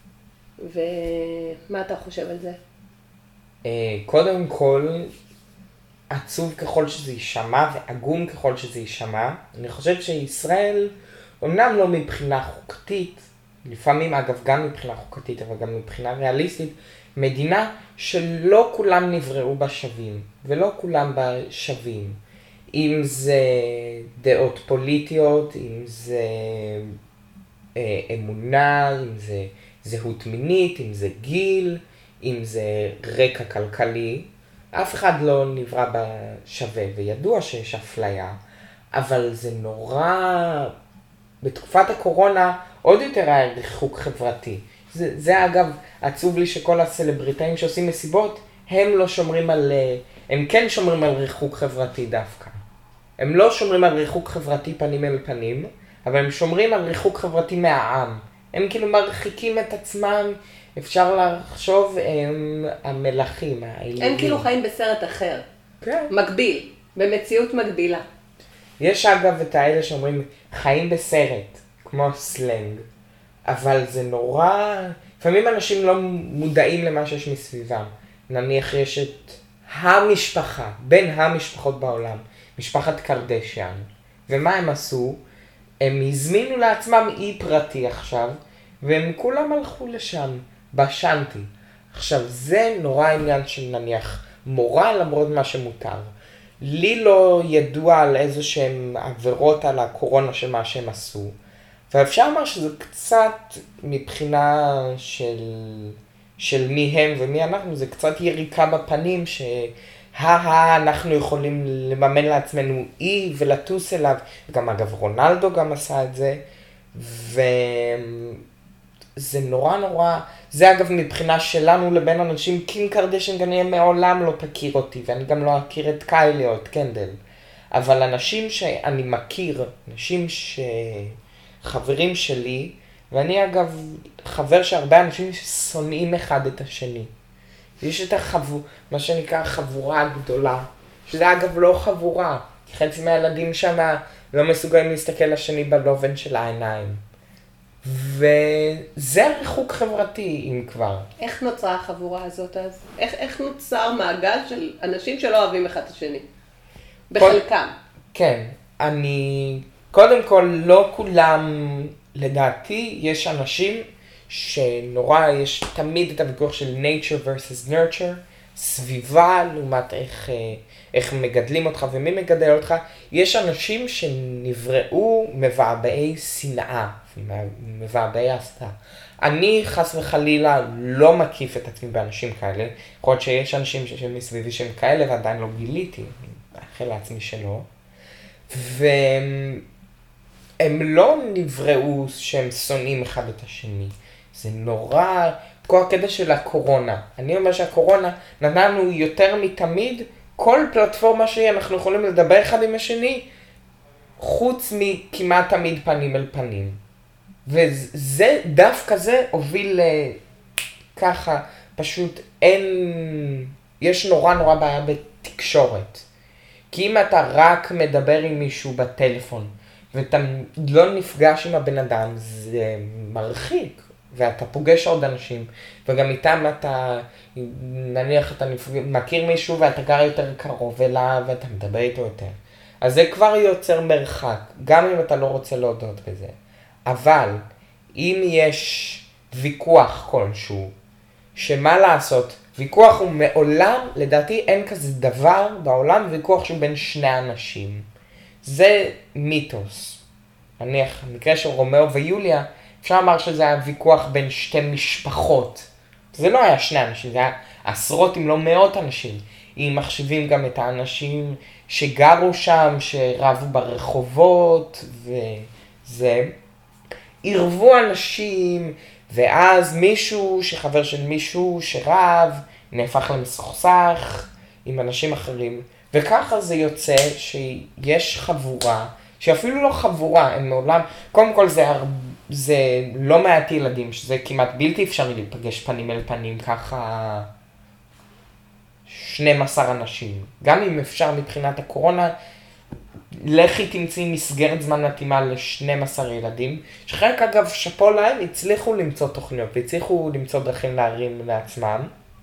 B: ומה אתה חושב על זה?
A: קודם כל, עצוב ככל שזה יישמע ועגום ככל שזה יישמע. אני חושב שישראל, אמנם לא מבחינה חוקתית, לפעמים אגב גם מבחינה חוקתית, אבל גם מבחינה ריאליסטית, מדינה שלא כולם נבראו בה שווים, ולא כולם בה שווים. אם זה דעות פוליטיות, אם זה אמונה, אם זה זהות מינית, אם זה גיל, אם זה רקע כלכלי. אף אחד לא נברא בה שווה, וידוע שיש אפליה, אבל זה נורא, בתקופת הקורונה עוד יותר היה ריחוק חברתי. זה אגב עצוב לי שכל הסלבריטאים שעושים מסיבות, הם לא שומרים על, הם כן שומרים על ריחוק חברתי דווקא. הם לא שומרים על ריחוק חברתי פנים אל פנים, אבל הם שומרים על ריחוק חברתי מהעם. הם כאילו מרחיקים את עצמם, אפשר לחשוב, הם המלכים, האלילים.
B: הם כאילו חיים בסרט אחר.
A: כן.
B: מקביל, במציאות מקבילה.
A: יש אגב את האלה שאומרים חיים בסרט, כמו סלנג, אבל זה נורא, לפעמים אנשים לא מודעים למה שיש מסביבם. נניח יש את המשפחה, בין המשפחות בעולם, משפחת קרדשיאן. ומה הם עשו? הם הזמינו לעצמם אי פרטי עכשיו, והם כולם הלכו לשם, בשנתי. עכשיו זה נורא עניין של נניח מורל למרות מה שמותר. לי לא ידוע על איזה שהם עבירות על הקורונה של מה שהם עשו. ואפשר לומר שזה קצת מבחינה של מי הם ומי אנחנו, זה קצת יריקה בפנים אנחנו יכולים לממן לעצמנו אי ולטוס אליו. גם אגב רונלדו גם עשה את זה. וזה נורא, זה אגב מבחינה שלנו לבין אנשים, קים קרדשן כנראה מעולם לא תכיר אותי, ואני גם לא אכיר את קיילי או את קנדל. אבל אנשים שאני מכיר, אנשים חברים שלי, ואני אגב חבר שהרבה אנשים ששונאים אחד את השני. יש את מה שנקרא החבורה הגדולה, שזה אגב לא חבורה, כי חצי מהילדים שם לא מסוגלים להסתכל לשני בלובן של העיניים. וזה ריחוק חברתי אם כבר.
B: איך נוצרה החבורה הזאת אז? איך נוצר מעגל של אנשים שלא אוהבים אחד את השני? בחלקם.
A: כן, קודם כל לא כולם, לדעתי יש אנשים שנורא, יש תמיד את הוויכוח של nature versus nurture, סביבה לעומת איך מגדלים אותך ומי מגדל אותך. יש אנשים שנבראו מבעבעי שנאה, מבעבעי הסתה. אני חס וחלילה לא מקיף את עצמי באנשים כאלה, יכול להיות שיש אנשים שמסביבי שהם כאלה ועדיין לא גיליתי, אני מאחל לעצמי שלא. והם לא נבראו שהם שונאים אחד את השני. זה נורא, כל הקטע של הקורונה. אני אומר שהקורונה נתנו יותר מתמיד, כל פלטפורמה שהיא אנחנו יכולים לדבר אחד עם השני, חוץ מכמעט תמיד פנים אל פנים. וזה, דווקא זה הוביל ככה, פשוט יש נורא בעיה בתקשורת. כי אם אתה רק מדבר עם מישהו בטלפון, ואתה לא נפגש עם הבן אדם, זה מרחיק. ואתה פוגש עוד אנשים, וגם איתם אתה, נניח אתה מכיר מישהו ואתה גר יותר קרוב אליו, ואתה מדבר איתו יותר. אז זה כבר יוצר מרחק, גם אם אתה לא רוצה להודות בזה. אבל אם יש ויכוח כלשהו, שמה לעשות, ויכוח הוא מעולם, לדעתי אין כזה דבר בעולם, ויכוח שהוא בין שני אנשים. זה מיתוס. נניח, במקרה של רומאו ויוליה, אפשר לומר שזה היה ויכוח בין שתי משפחות. זה לא היה שני אנשים, זה היה עשרות אם לא מאות אנשים. אם מחשבים גם את האנשים שגרו שם, שרבו ברחובות, וזה. ערבו אנשים, ואז מישהו שחבר של מישהו שרב, נהפך למסוכסך עם אנשים אחרים. וככה זה יוצא שיש חבורה שאפילו לא חבורה, הם מעולם, קודם כל זה לא מעט ילדים, שזה כמעט בלתי אפשרי להיפגש פנים אל פנים, ככה 12 אנשים. גם אם אפשר מבחינת הקורונה, לכי תמצאי מסגרת זמן מתאימה ל-12 ילדים, שחלק אגב שפו להם הצליחו למצוא תוכניות, והצליחו למצוא דרכים להרים לעצמם.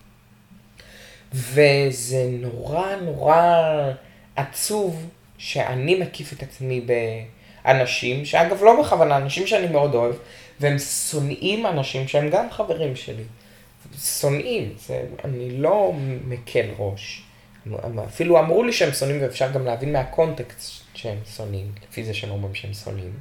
A: וזה נורא נורא עצוב שאני מקיף את עצמי באנשים, שאגב לא בכוונה, אנשים שאני מאוד אוהב, והם שונאים אנשים שהם גם חברים שלי. שונאים, אני לא מקל ראש. אפילו אמרו לי שהם שונאים, ואפשר גם להבין מהקונטקסט שהם שונאים, לפי זה שהם אומרים שהם שונאים.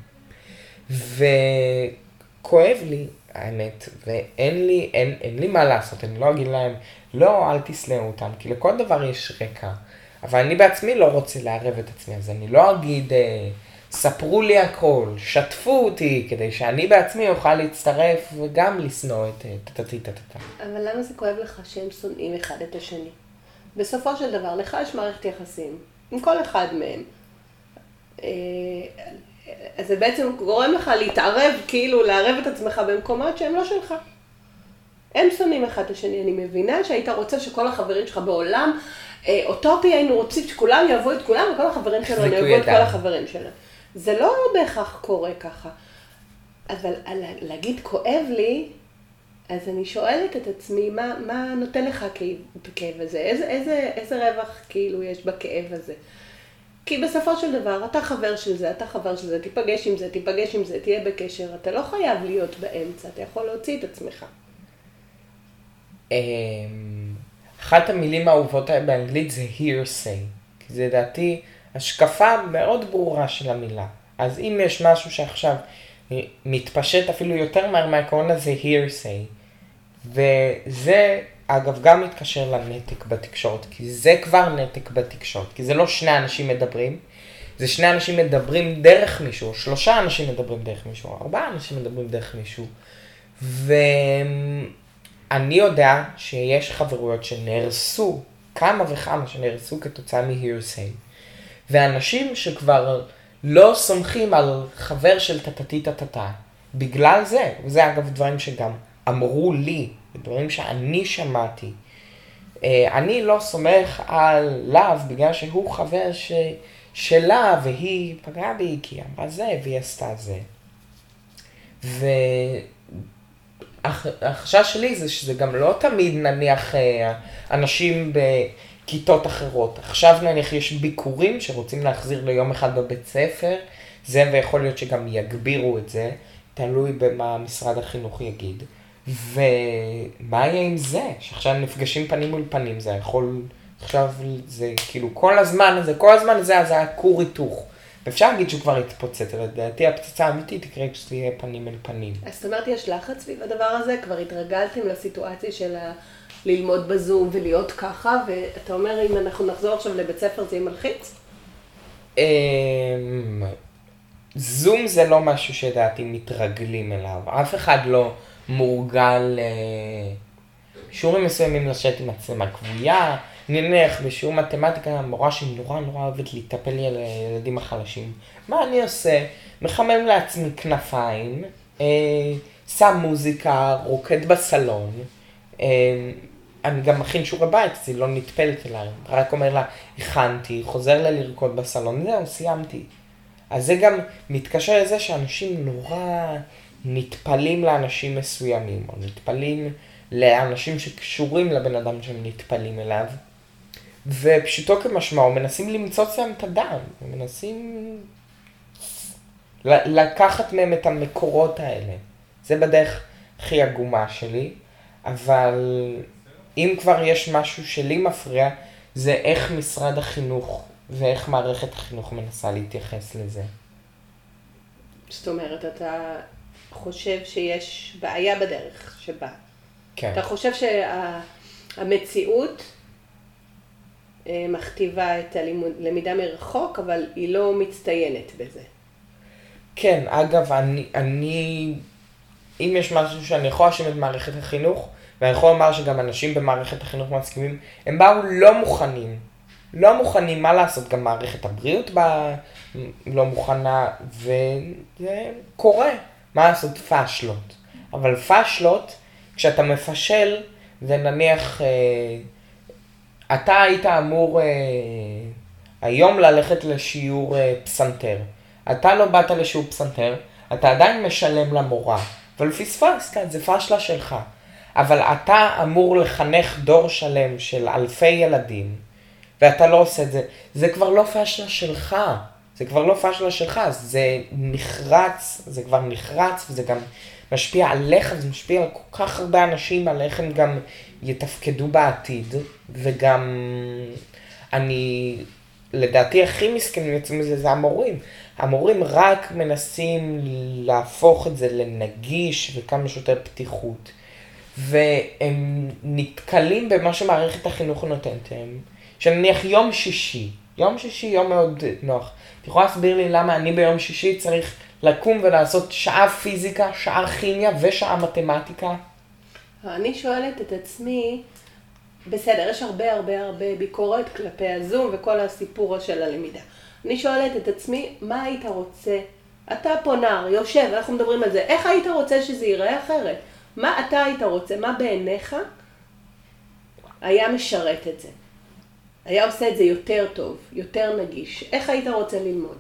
A: וכואב לי, האמת, ואין לי מה לעשות, אני לא אגיד להם, לא, אל תסלעו אותם, כי לכל דבר יש רקע. אבל אני בעצמי לא רוצה לערב את עצמי, אז אני לא אגיד, ספרו לי הכל, שתפו אותי, כדי שאני בעצמי אוכל להצטרף וגם לשנוא את תתתתתתת.
B: אבל למה זה כואב לך שהם שונאים אחד את השני? בסופו של דבר, לך יש מערכת יחסים עם כל אחד מהם. אז זה בעצם גורם לך להתערב, כאילו לערב את עצמך במקומות שהם לא שלך. הם שונאים אחד את השני. אני מבינה שהיית רוצה שכל החברים שלך בעולם, אוטופי היינו רוצים שכולם יאהבו את כולם, וכל החברים שלנו יאהבו את כל החברים שלנו. זה לא בהכרח קורה ככה. אבל להגיד כואב לי, אז אני שואלת את עצמי, מה נותן לך בכאב הזה? איזה רווח כאילו יש בכאב הזה? כי בסופו של דבר, אתה חבר של זה, תיפגש עם זה, תהיה בקשר, אתה לא חייב להיות באמצע, אתה יכול להוציא את עצמך.
A: אחת המילים האהובות באנגלית זה hearsay, כי זה דעתי השקפה מאוד ברורה של המילה. אז אם יש משהו שעכשיו מתפשט אפילו יותר מהר מהקורונה זה hearsay. וזה אגב גם מתקשר לנתק בתקשורת, כי זה כבר נתק בתקשורת, כי זה לא שני אנשים מדברים, זה שני אנשים מדברים דרך מישהו, 3 אנשים מדברים דרך מישהו, 4 אנשים מדברים דרך מישהו. ואני יודע שיש חברויות שנהרסו, כמה וכמה שנהרסו כתוצאה מ-hearsay. ואנשים שכבר לא סומכים על חבר של תתתתתתת, בגלל זה, וזה אגב דברים שגם אמרו לי, דברים שאני שמעתי, אני לא סומך על לאו בגלל שהוא חבר שלה והיא פגעה בי כי היא אמרה זה והיא עשתה זה. והחשש שלי זה שזה גם לא תמיד נניח אנשים בכיתות אחרות. עכשיו נניח יש ביקורים שרוצים להחזיר ליום אחד בבית ספר, זה ויכול להיות שגם יגבירו את זה, תלוי במה משרד החינוך יגיד. ומה יהיה עם זה? שעכשיו נפגשים פנים מול פנים, זה יכול, עכשיו זה כאילו כל הזמן הזה, אז היה כור היתוך. ואפשר להגיד שהוא כבר התפוצץ, אבל לדעתי הפצצה האמיתית תקרה כשזה יהיה פנים אל פנים.
B: אז זאת אומרת, יש לחץ סביב הדבר הזה? כבר התרגלתם לסיטואציה של ללמוד בזום ולהיות ככה, ואתה אומר, אם אנחנו נחזור עכשיו לבית ספר, זה יהיה מלחיץ?
A: זום זה לא משהו שדעתי מתרגלים אליו. אף אחד לא מורגל שיעורים מסוימים לשבת עם מצלמה קבועה. נניח בשיעור מתמטיקה, המורה שהיא נורא אוהבת להיטפל לי על הילדים החלשים. מה אני עושה? מחמם לעצמי כנפיים, שם מוזיקה, רוקד בסלון. אני גם מכין שיעורי בית, אז היא לא נטפלת אליי. רק אומר לה, הכנתי, חוזר לה לרקוד בסלון, זהו, סיימתי. אז זה גם מתקשר לזה שאנשים נורא נטפלים לאנשים מסוימים, או נטפלים לאנשים שקשורים לבן אדם שהם נטפלים אליו, ופשוטו כמשמעו, מנסים למצוא להם את הדם, מנסים לקחת מהם את המקורות האלה. זה בדרך הכי עגומה שלי, אבל אם כבר יש משהו שלי מפריע, זה איך משרד החינוך ואיך מערכת החינוך מנסה להתייחס לזה.
B: זאת אומרת, אתה חושב שיש בעיה בדרך שבה.
A: כן.
B: אתה חושב שהמציאות מכתיבה את הלמידה מרחוק, אבל היא לא מצטיינת בזה.
A: כן, אגב, אם יש משהו שאני יכול להאשים את מערכת החינוך, ואני יכול לומר שגם אנשים במערכת החינוך מסכימים, הם באו לא מוכנים לא מוכנים, מה לעשות, גם מערכת הבריאות לא מוכנה, וזה קורה, מה לעשות, פשלות. אבל פשלות, כשאתה מפשל, זה נניח, אתה היית אמור היום ללכת לשיעור פסנתר. אתה לא באת לשיעור פסנתר, אתה עדיין משלם למורה, אבל פספסת, זה פשלה שלך. אבל אתה אמור לחנך דור שלם של אלפי ילדים, ואתה לא עושה את זה. זה כבר לא פשלה שלך. זה כבר לא פשלה שלך. זה נחרץ, זה כבר נחרץ, וזה גם משפיע עליך, זה משפיע על כל כך הרבה אנשים, על איך הם גם יתפקדו בעתיד, וגם אני, לדעתי הכי מסכנים יוצאים מזה, זה המורים. המורים רק מנסים להפוך את זה לנגיש וכמה שיותר פתיחות. והם נתקלים במה שמערכת החינוך נותנת להם. שנניח יום שישי יום מאוד נוח. את יכולה להסביר לי למה אני ביום שישי צריך לקום ולעשות שעה פיזיקה, שעה כימיה ושעה מתמטיקה?
B: אני שואלת את עצמי, בסדר, יש הרבה ביקורת כלפי הזום וכל הסיפור של הלמידה. אני שואלת את עצמי, מה היית רוצה? אתה פה נער, יושב, אנחנו מדברים על זה, איך היית רוצה שזה ייראה אחרת? מה אתה היית רוצה? מה בעיניך היה משרת את זה? היה עושה את זה יותר טוב, יותר נגיש. איך היית רוצה ללמוד?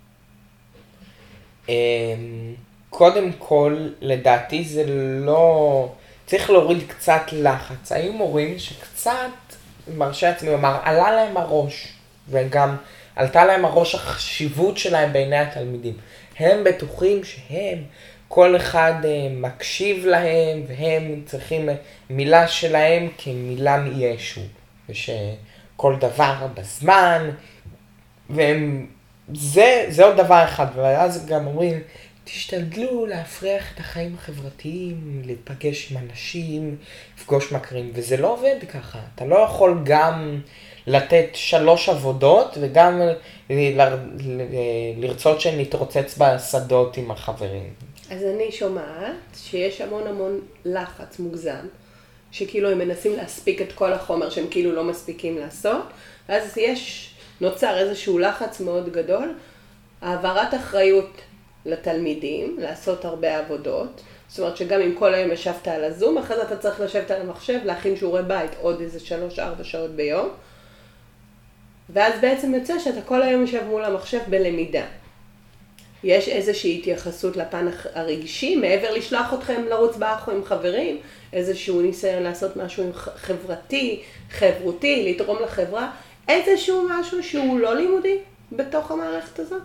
A: קודם כל, לדעתי זה לא... צריך להוריד קצת לחץ. היו מורים שקצת, מרשה עצמי לומר, עלה להם הראש, וגם עלתה להם הראש החשיבות שלהם בעיני התלמידים. הם בטוחים שהם, כל אחד מקשיב להם, והם צריכים מילה שלהם כמילה מישהו. ושכל דבר בזמן, זה עוד דבר אחד. ואז גם אומרים, תשתדלו להפריח את החיים החברתיים, להיפגש עם אנשים, לפגוש מכרים, וזה לא עובד ככה. אתה לא יכול גם לתת 3 עבודות, וגם לרצות שנתרוצץ בשדות עם החברים.
B: אז אני שומעת שיש המון לחץ מוגזם, שכאילו הם מנסים להספיק את כל החומר שהם כאילו לא מספיקים לעשות, ואז נוצר איזשהו לחץ מאוד גדול, העברת אחריות לתלמידים, לעשות הרבה עבודות, זאת אומרת שגם אם כל היום ישבת על הזום, אחרי זה אתה צריך לשבת על המחשב, להכין שיעורי בית עוד איזה 3-4 שעות ביום, ואז בעצם יוצא שאתה כל היום יושב מול המחשב בלמידה. יש איזושהי התייחסות לפן הרגשי, מעבר לשלוח אתכם לרוץ באחו עם חברים, איזשהו ניסיון לעשות משהו חברותי, לתרום לחברה, איזשהו משהו שהוא לא לימודי בתוך המערכת הזאת?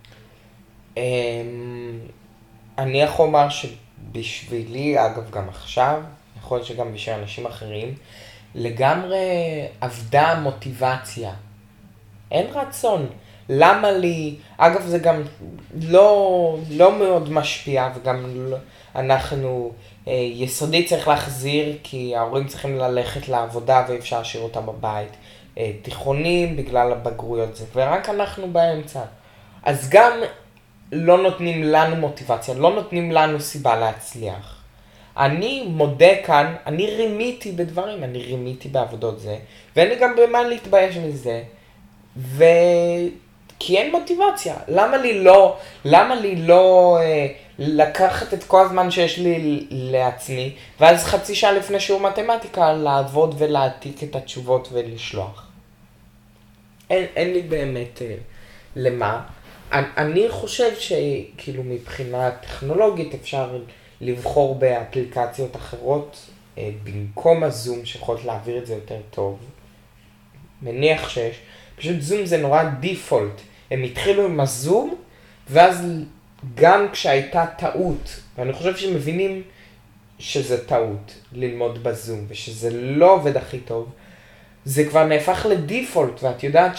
A: אני יכול לומר שבשבילי, אגב גם עכשיו, יכול להיות שגם בשביל אנשים אחרים, לגמרי עבדה מוטיבציה. אין רצון. למה לי, אגב זה גם לא מאוד משפיע, וגם אנחנו יסודי צריך להחזיר, כי ההורים צריכים ללכת לעבודה ואי אפשר להשאיר אותם בבית. תיכונים בגלל הבגרויות זה, ורק אנחנו באמצע. אז גם לא נותנים לנו מוטיבציה, לא נותנים לנו סיבה להצליח. אני מודה כאן, אני רימיתי בדברים, אני רימיתי בעבודות זה, ואין לי גם במה להתבייש מזה, כי אין מוטיבציה. למה לי לא לקחת את כל הזמן שיש לי לעצמי, ואז חצי שעה לפני שיעור מתמטיקה לעבוד ולהעתיק את התשובות ולשלוח. אין לי באמת למה. אני חושב שכאילו מבחינה טכנולוגית אפשר לבחור באפליקציות אחרות במקום הזום שיכולות להעביר את זה יותר טוב. מניח שיש. פשוט זום זה נורא דיפולט. הם התחילו עם הזום, ואז גם כשהייתה טעות, ואני חושב שמבינים שזה טעות ללמוד בזום, ושזה לא עובד הכי טוב, זה כבר נהפך לדיפולט, ואת יודעת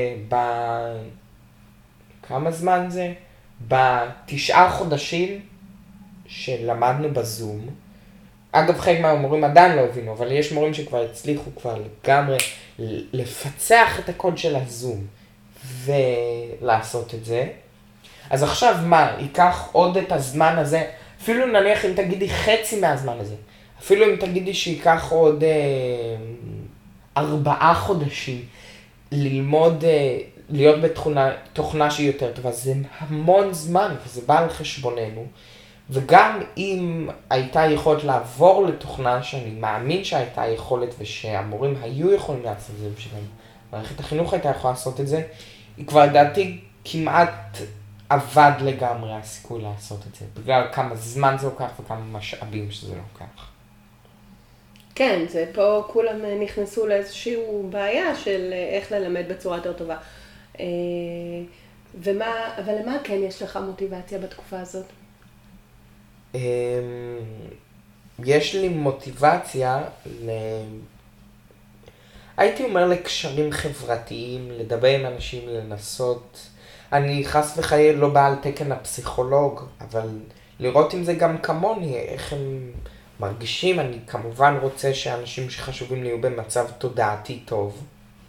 A: כמה זמן זה? 9 חודשים שלמדנו בזום, אגב חלק מהמורים עדיין לא הבינו, אבל יש מורים שכבר הצליחו כבר לגמרי לפצח את הקוד של הזום ולעשות את זה. אז עכשיו מה, ייקח עוד את הזמן הזה, אפילו נניח אם תגידי חצי מהזמן הזה, אפילו אם תגידי שיקח עוד 4 חודשים, ללמוד, להיות בתוכנה שהיא יותר טובה, זה המון זמן, וזה בא על חשבוננו. וגם אם הייתה יכולת לעבור לתוכנה שאני מאמין שהייתה יכולת ושהמורים היו יכולים לעשות את זה בשבילם, מערכת החינוך הייתה יכולה לעשות את זה, היא כבר לדעתי כמעט עבד לגמרי הסיכוי לעשות את זה, בגלל כמה זמן זה לוקח וכמה משאבים שזה לוקח.
B: כן, זה פה כולם נכנסו לאיזושהי בעיה של איך ללמד בצורה יותר טובה. אבל למה כן יש לך מוטיבציה בתקופה הזאת?
A: יש לי מוטיבציה הייתי אומר לקשרים חברתיים, לדבר עם אנשים, לנסות. אני חס וחלילה לא בא על תקן הפסיכולוג, אבל לראות אם זה גם כמוני, איך הם מרגישים. אני כמובן רוצה שאנשים שחשובים לי יהיו במצב תודעתי טוב.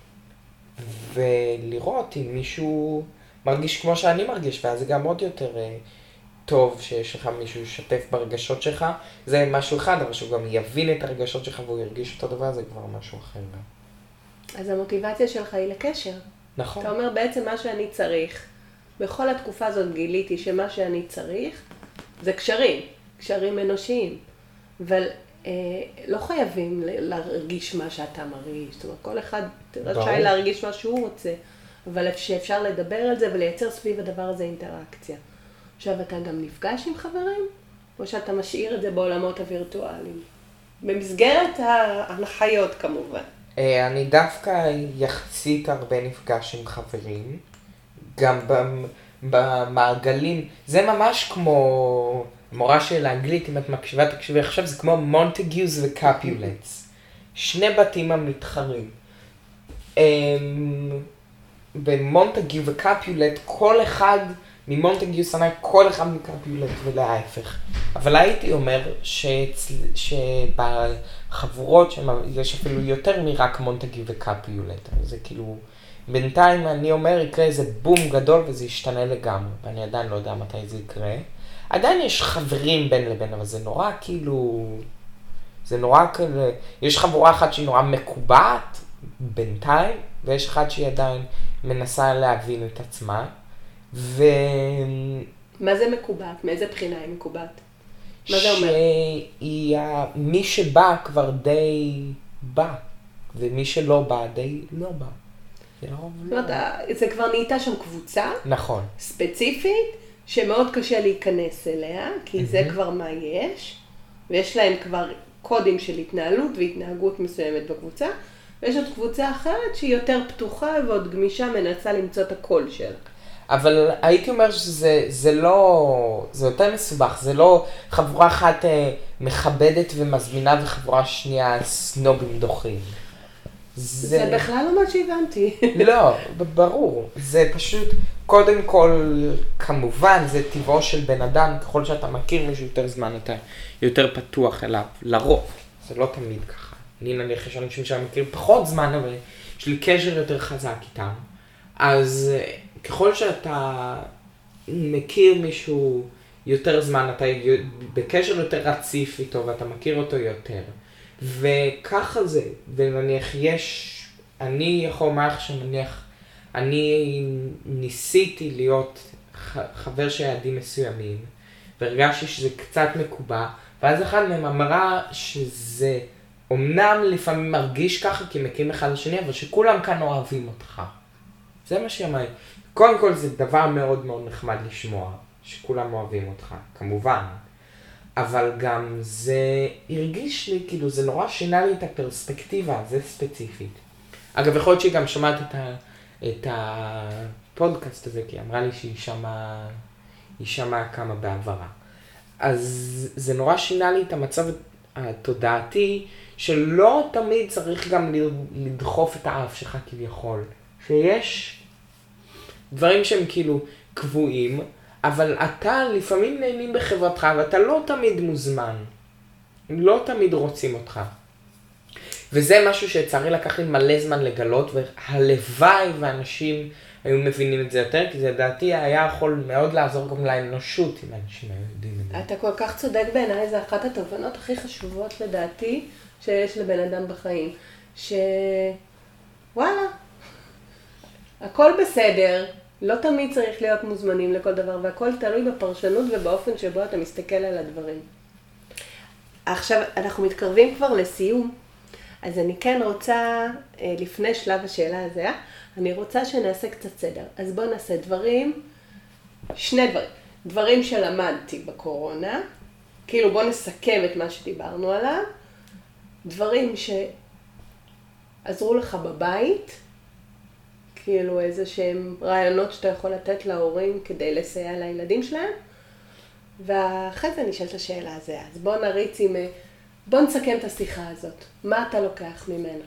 A: ולראות אם מישהו מרגיש כמו שאני מרגיש, ואז זה גם עוד יותר טוב שיש לך מישהו ששתף ברגשות שלך. זה משהו אחד, אבל שהוא גם יבין את הרגשות שלך והוא ירגיש אותו דבר, זה כבר משהו אחר.
B: אז המוטיבציה שלך היא לקשר.
A: נכון.
B: אתה אומר בעצם מה שאני צריך. בכל התקופה הזאת גיליתי שמה שאני צריך זה קשרים, קשרים אנושיים. אבל לא חייבים להרגיש מה שאתה מרגיש. זאת אומרת, כל אחד רשאי להרגיש מה שהוא רוצה. אבל שאפשר לדבר על זה ולייצר סביב הדבר הזה אינטראקציה. עכשיו, אתה גם נפגש עם חברים? או שאתה משאיר את זה בעולמות הווירטואליים? במסגרת ההנחיות כמובן.
A: אני דווקא יחסית הרבה נפגש עם חברים. גם במעגלים. זה ממש כמו מורה של האנגלית, אם את מקשיבה, תקשיבי עכשיו, זה כמו מונטגיוס וקפיולטס. שני בתים המתחרים. במונטגיו וקפיולט, כל אחד ממונטגיו שונא כל אחד מקפיולט ולהפך. אבל הייתי אומר שבחבורות יש אפילו יותר מרק מונטגיו וקפיולט. זה כאילו, בינתיים אני אומר יקרה איזה בום גדול וזה ישתנה לגמרי. ואני עדיין לא יודע מתי זה יקרה. עדיין יש חברים בין לבין, אבל זה נורא כאילו, זה נורא כאילו, יש חבורה אחת שהיא נורא מקובעת בינתיים, ויש אחת שהיא עדיין מנסה להבין את עצמה.
B: מה זה מקובעת? מאיזה בחינה היא מקובעת? מה זה אומר?
A: מי שבא כבר די בא, ומי שלא בא די לא בא.
B: זה כבר נהייתה שם קבוצה.
A: נכון.
B: ספציפית, שמאוד קשה להיכנס אליה, כי זה כבר מה יש, ויש להם כבר קודים של התנהלות והתנהגות מסוימת בקבוצה, ויש עוד קבוצה אחרת שהיא יותר פתוחה ועוד גמישה מנסה למצוא את הקול שלה.
A: אבל הייתי אומר שזה לא, זה יותר מסובך, זה לא חבורה אחת מכבדת ומזמינה וחבורה שנייה סנובים דוחים.
B: זה בכלל לא מה שהבנתי.
A: לא, ברור. זה פשוט, קודם כל, כמובן, זה טבעו של בן אדם, ככל שאתה מכיר מישהו יותר זמן, אתה יותר פתוח אליו, לרוב. זה לא תמיד ככה. אני נניח יש אנשים שאני מכיר פחות זמן, אבל יש לי קשר יותר חזק איתם. אז ככל שאתה מכיר מישהו יותר זמן, אתה בקשר יותר רציף איתו, ואתה מכיר אותו יותר. וככה זה, ונניח אני יכול לומר לך שנניח, אני ניסיתי להיות חבר של ילדים מסוימים, והרגשתי שזה קצת מקובע, ואז אחד מהם אמרה שזה אומנם לפעמים מרגיש ככה כי מכירים אחד לשני, אבל שכולם כאן אוהבים אותך. זה מה שאמרתי. קודם כל זה דבר מאוד מאוד נחמד לשמוע, שכולם אוהבים אותך, כמובן. אבל גם זה הרגיש לי, כאילו זה נורא שינה לי את הפרספקטיבה, זה ספציפית. אגב, יכול להיות שהיא גם שמעת את הפודקאסט הזה, כי היא אמרה לי שהיא שמעה כמה בעברה. אז זה נורא שינה לי את המצב התודעתי, שלא תמיד צריך גם לדחוף את האף שלך כביכול. שיש דברים שהם כאילו קבועים, אבל אתה לפעמים נהנים בחברתך, ואתה לא תמיד מוזמן. לא תמיד רוצים אותך. וזה משהו שצריך לקח לי מלא זמן לגלות, והלוואי ואנשים היו מבינים את זה יותר, כי זה לדעתי היה יכול מאוד לעזור גם לאנושות, אם אנשים היו יודעים את זה.
B: אתה כל כך צודק בעיניי, זה אחת התובנות הכי חשובות לדעתי, שיש לבן אדם בחיים. שוואלה, הכל בסדר, לא תמיד צריך להיות מוזמנים לכל דבר, והכל תלוי בפרשנות ובאופן שבו אתה מסתכל על הדברים. עכשיו, אנחנו מתקרבים כבר לסיום, אז אני כן רוצה, לפני שלב השאלה הזה, אני רוצה שנעשה קצת סדר. אז בואו נעשה שני דברים. דברים שלמדתי בקורונה, כאילו בואו נסכם את מה שדיברנו עליו, דברים שעזרו לך בבית, כאילו איזה שהם רעיונות שאתה יכול לתת להורים כדי לסייע לילדים שלהם, ואחרי זה נשאל את השאלה הזה. אז בוא נסכם את השיחה הזאת. מה אתה לוקח ממנה?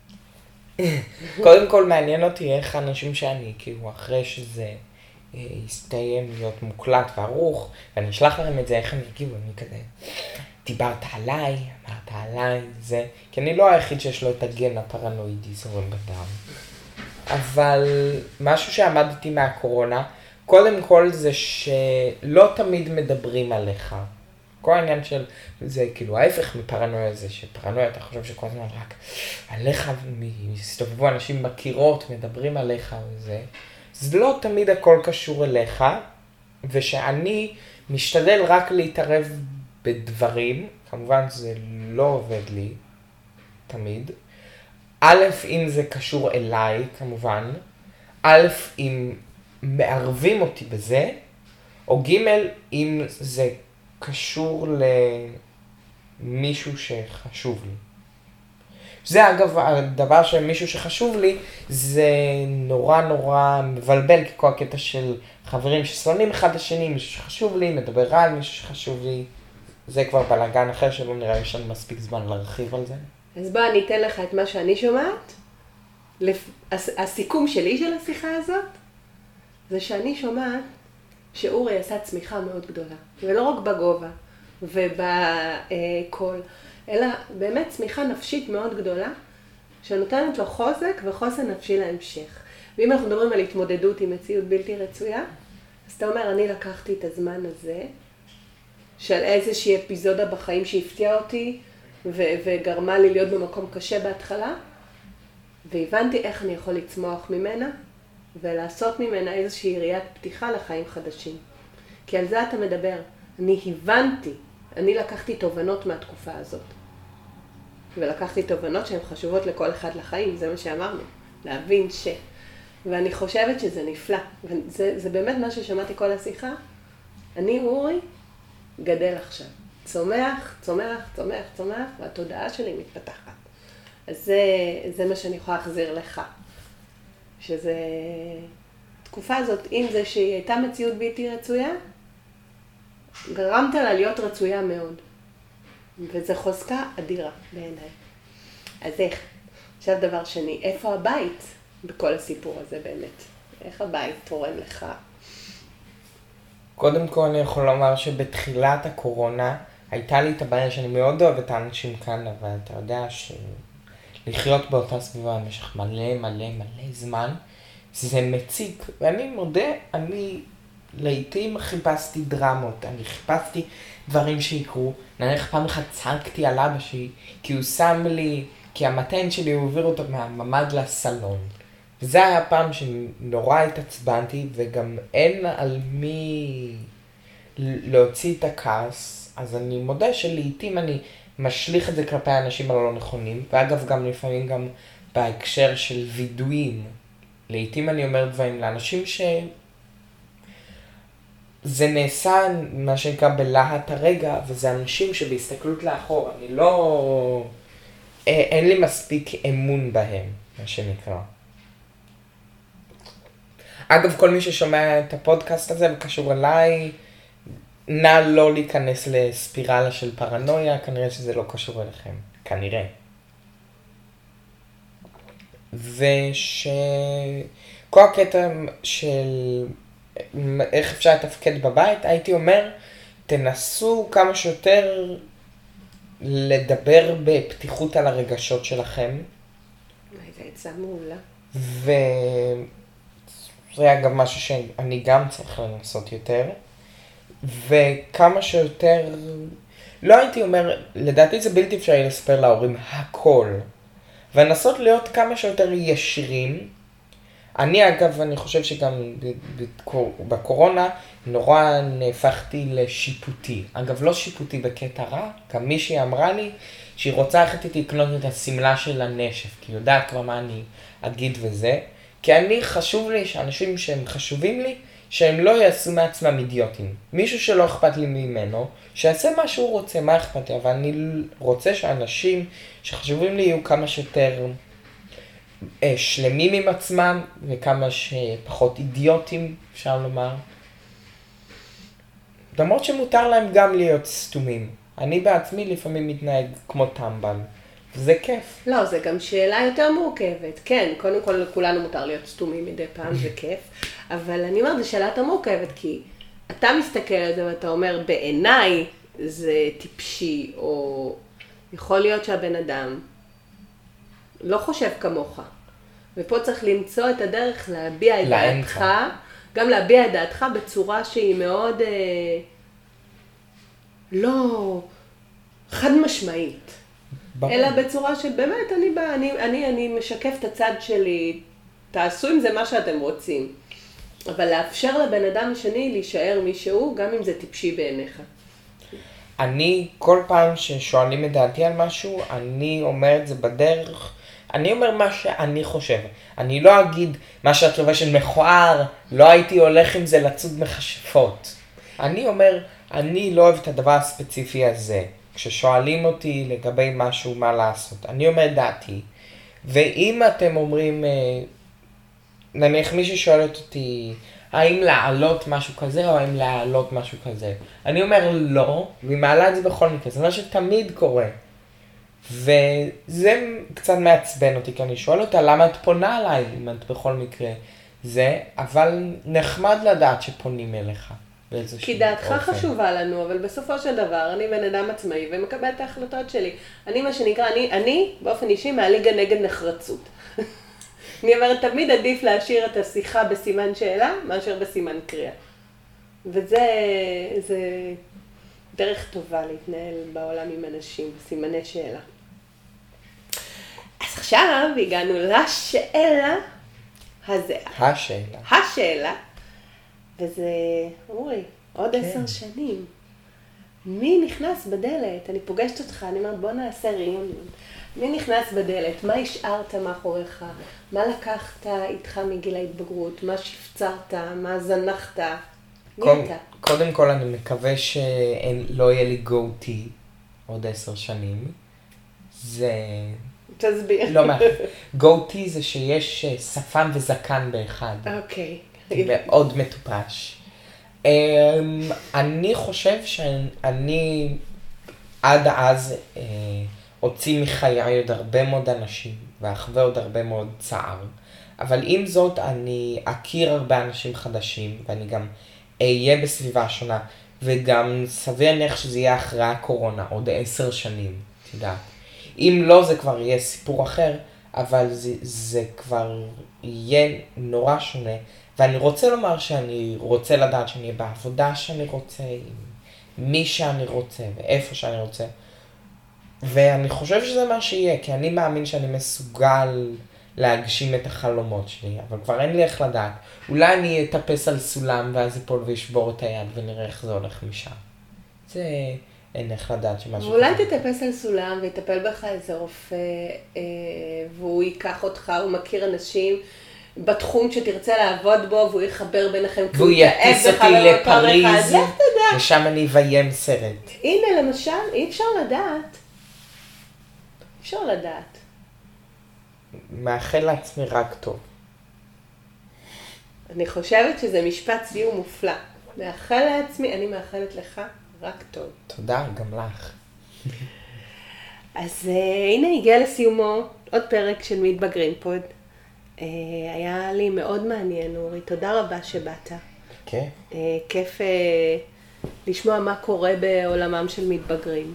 A: קודם כל מעניין אותי איך אנשים שאני, כאילו אחרי שזה יסתיים להיות מוקלט וערוך, ואני אשלח להם את זה, איך הם יגיבו, אני כזה, דיברת עליי, אמרת עליי, זה, כי אני לא היחיד שיש לו את הגן הפרנואידי זורם בדם. אבל משהו שעמדתי מהקורונה, קודם כל זה שלא תמיד מדברים עליך. כל העניין של זה כאילו ההפך מפרנויה זה שפרנויה אתה חושב שכל הזמן רק עליך מסתובבו אנשים בקירות מדברים עליך וזה. זה לא תמיד הכל קשור אליך, ושאני משתדל רק להתערב בדברים, כמובן זה לא עובד לי תמיד. א', אם זה קשור אליי כמובן, א', אם מערבים אותי בזה, או ג', אם זה קשור למישהו שחשוב לי. זה אגב הדבר שמישהו שחשוב לי, זה נורא מבלבל, כי כל הקטע של חברים ששונאים אחד לשני, מישהו שחשוב לי, מדבר על מישהו שחשוב לי, זה כבר בלגן אחר שלא נראה לי שאני מספיק זמן להרחיב על זה.
B: אז בוא אני אתן לך את מה שאני שומעת. הסיכום שלי של השיחה הזאת, זה שאני שומעת שאורי עשה צמיחה מאוד גדולה, ולא רק בגובה ובקול, אלא באמת צמיחה נפשית מאוד גדולה, שנותנת לו חוזק וחוסן נפשי להמשך. ואם אנחנו מדברים על התמודדות עם מציאות בלתי רצויה, אז אתה אומר, אני לקחתי את הזמן הזה, של איזושהי אפיזודה בחיים שהפתיעה אותי, וגרמה לי להיות במקום קשה בהתחלה, והבנתי איך אני יכול לצמוח ממנה, ולעשות ממנה איזושהי יריית פתיחה לחיים חדשים. כי על זה אתה מדבר. אני לקחתי תובנות מהתקופה הזאת. ולקחתי תובנות שהן חשובות לכל אחד לחיים, זה מה שאמרנו. להבין ואני חושבת שזה נפלא. זה באמת מה ששמעתי כל השיחה. אני, אורי, גדל עכשיו. צומח, והתודעה שלי מתפתחת. אז זה מה שאני יכולה להחזיר לך. שזה תקופה הזאת, אם זה שהיא הייתה מציאות בלתי רצויה, גרמת לה להיות רצויה מאוד. וזה חוזקה אדירה בעיניי. אז איך? עכשיו דבר שני, איפה הבית בכל הסיפור הזה באמת? איך הבית תורם לך?
A: קודם כל אני יכול לומר שבתחילת הקורונה הייתה לי את הבעיה שאני מאוד אוהב את האנשים כאן, אבל אתה יודע שלחיות באותה סביבה במשך מלא זמן, זה מציק. ואני מודה, אני לעתים חיפשתי דרמות, אני חיפשתי דברים שיקרו. נניח פעם אחת צעקתי על אבא שלי, כי הוא שם לי, כי המתן שלי הוא העביר אותו מהממד לסלון. וזה היה פעם שנורא התעצבנתי, וגם אין על מי להוציא את הכעס. אז אני מודה שלעתים אני משליך את זה כלפי האנשים הלא נכונים, ואגב גם לפעמים גם בהקשר של וידויים. לעתים אני אומר דברים לאנשים זה נעשה מה שנקרא בלהט הרגע, וזה אנשים שבהסתכלות לאחור, אני לא, אין לי מספיק אמון בהם, מה שנקרא. אגב, כל מי ששומע את הפודקאסט הזה וקשור אליי, נא לא להיכנס לספירלה של פרנויה, כנראה שזה לא קשור אליכם, כנראה. כל הקטע של איך אפשר לתפקד בבית, הייתי אומר, תנסו כמה שיותר לדבר בפתיחות על הרגשות שלכם.
B: זה עצה מעולה.
A: זה אגב משהו שאני גם צריך לנסות יותר. וכמה שיותר, לא הייתי אומר, לדעתי זה בלתי אפשרי לספר להורים הכל. ולנסות להיות כמה שיותר ישירים, אני אגב, אני חושב שגם בקורונה נורא נהפכתי לשיפוטי. אגב, לא שיפוטי בקטע רע, גם מישהי אמרה לי שהיא רוצה ללכת איתי לקנות את הסמלה של הנשף, כי היא יודעת כבר מה אני אגיד וזה. כי חשוב לי שאנשים שהם חשובים לי, שהם לא יעשו מעצמם אידיוטים. מישהו שלא אכפת לי ממנו, שיעשה מה שהוא רוצה, מה אכפת לי, אבל אני רוצה שאנשים שחשובים לי יהיו כמה שיותר שלמים עם עצמם, וכמה שפחות אידיוטים, אפשר לומר. למרות שמותר להם גם להיות סתומים. אני בעצמי לפעמים מתנהג כמו טמבל. זה כיף.
B: לא, זה גם שאלה יותר מורכבת. כן, קודם כל לכולנו מותר להיות סתומים מדי פעם, זה כיף. אבל אני אומרת, זו שאלה יותר מורכבת, כי אתה מסתכל על זה ואתה אומר, בעיניי זה טיפשי, או יכול להיות שהבן אדם לא חושב כמוך. ופה צריך למצוא את הדרך להביע את דעתך, גם להביע את דעתך בצורה שהיא מאוד לא חד משמעית. ברור. אלא בצורה שבאמת אני משקף את הצד שלי, תעשו עם זה מה שאתם רוצים. אבל לאפשר לבן אדם השני להישאר מישהו, גם אם זה טיפשי בעיניך.
A: אני, כל פעם ששואלים את דעתי על משהו, אני אומר את זה בדרך, אני אומר מה שאני חושב. אני לא אגיד מה שאת לובשת מכוער, לא הייתי הולך עם זה לצוד מכשפות. אני אומר, אני לא אוהב את הדבר הספציפי הזה. כששואלים אותי לגבי משהו, מה לעשות, אני אומר דעתי. ואם אתם אומרים, נניח מישהו שואלת אותי, האם להעלות משהו כזה או האם להעלות משהו כזה? אני אומר לא, והיא מעלה את זה בכל מקרה, זה מה שתמיד קורה. וזה קצת מעצבן אותי, כי אני שואל אותה, למה את פונה עליי אם את בכל מקרה זה, אבל נחמד לדעת שפונים אליך.
B: כי דעתך חשובה לנו, אבל בסופו של דבר אני בן אדם עצמאי ומקבל את ההחלטות שלי. אני מה שנקרא, אני באופן אישי מהליגה נגד נחרצות. אני אומרת, תמיד עדיף להשאיר את השיחה בסימן שאלה, מאשר בסימן קריאה. וזה דרך טובה להתנהל בעולם עם אנשים, בסימני שאלה. אז עכשיו הגענו לשאלה הזהה. השאלה. וזה, אורי, עוד 10 שנים. מי נכנס בדלת? אני פוגשת אותך, אני אומרת, בוא נעשה ריאיון. מי נכנס בדלת? מה השארת מאחוריך? מה לקחת איתך מגיל ההתבגרות? מה שפצרת? מה זנחת? מי אתה?
A: קודם כל אני מקווה שלא יהיה לי גו-טי עוד 10 שנים. זה...
B: תסביר.
A: לא גו-טי זה שיש שפם וזקן באחד.
B: אוקיי.
A: מאוד מטופש. אני חושב שאני עד אז הוציא מחיי עוד הרבה מאוד אנשים ואחווה עוד הרבה מאוד צער. אבל עם זאת אני אכיר הרבה אנשים חדשים ואני גם אהיה בסביבה שונה. וגם סביר להניח שזה יהיה אחרי הקורונה, עוד 10 שנים, תדע. אם לא זה כבר יהיה סיפור אחר, אבל זה כבר יהיה נורא שונה. ואני רוצה לומר שאני רוצה לדעת שאני אהיה בעבודה שאני רוצה, עם מי שאני רוצה ואיפה שאני רוצה. ואני חושב שזה מה שיהיה, כי אני מאמין שאני מסוגל להגשים את החלומות שלי, אבל כבר אין לי איך לדעת. אולי אני אטפס על סולם ואז אפול וישבור את היד ונראה איך זה הולך משם. זה אין איך לדעת שמשהו...
B: אולי תטפס על סולם ויטפל בך איזה רופא, והוא ייקח אותך, הוא מכיר אנשים בתחום שתרצה לעבוד בו, והוא יחבר ביניכם,
A: והוא יטיס אותי לפריז, ושם אני אביים סרט.
B: הנה למשל, אי אפשר לדעת. אפשר לדעת.
A: מאחל לעצמי רק טוב.
B: אני חושבת שזה משפט סיום מופלא. מאחל לעצמי, אני מאחלת לך רק טוב.
A: תודה, גם לך.
B: אז הנה הגיע לסיומו עוד פרק של מתבגרים פוד. היה לי מאוד מעניין, אורי. תודה רבה שבאת.
A: כן.
B: כיף לשמוע מה קורה בעולמם של מתבגרים.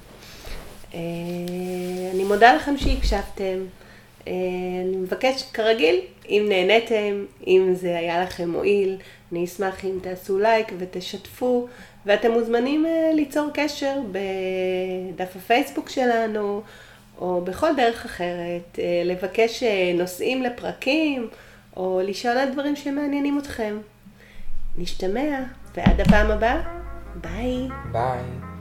B: אני מודה לכם שהקשבתם. אני מבקש כרגיל, אם נהניתם, אם זה היה לכם מועיל, אני אשמח אם תעשו לייק ותשתפו, ואתם מוזמנים ליצור קשר בדף הפייסבוק שלנו, או בכל דרך אחרת, לבקש נושאים לפרקים, או לשאול על דברים שמעניינים אתכם. נשתמע, ועד הפעם הבאה, ביי.
A: ביי.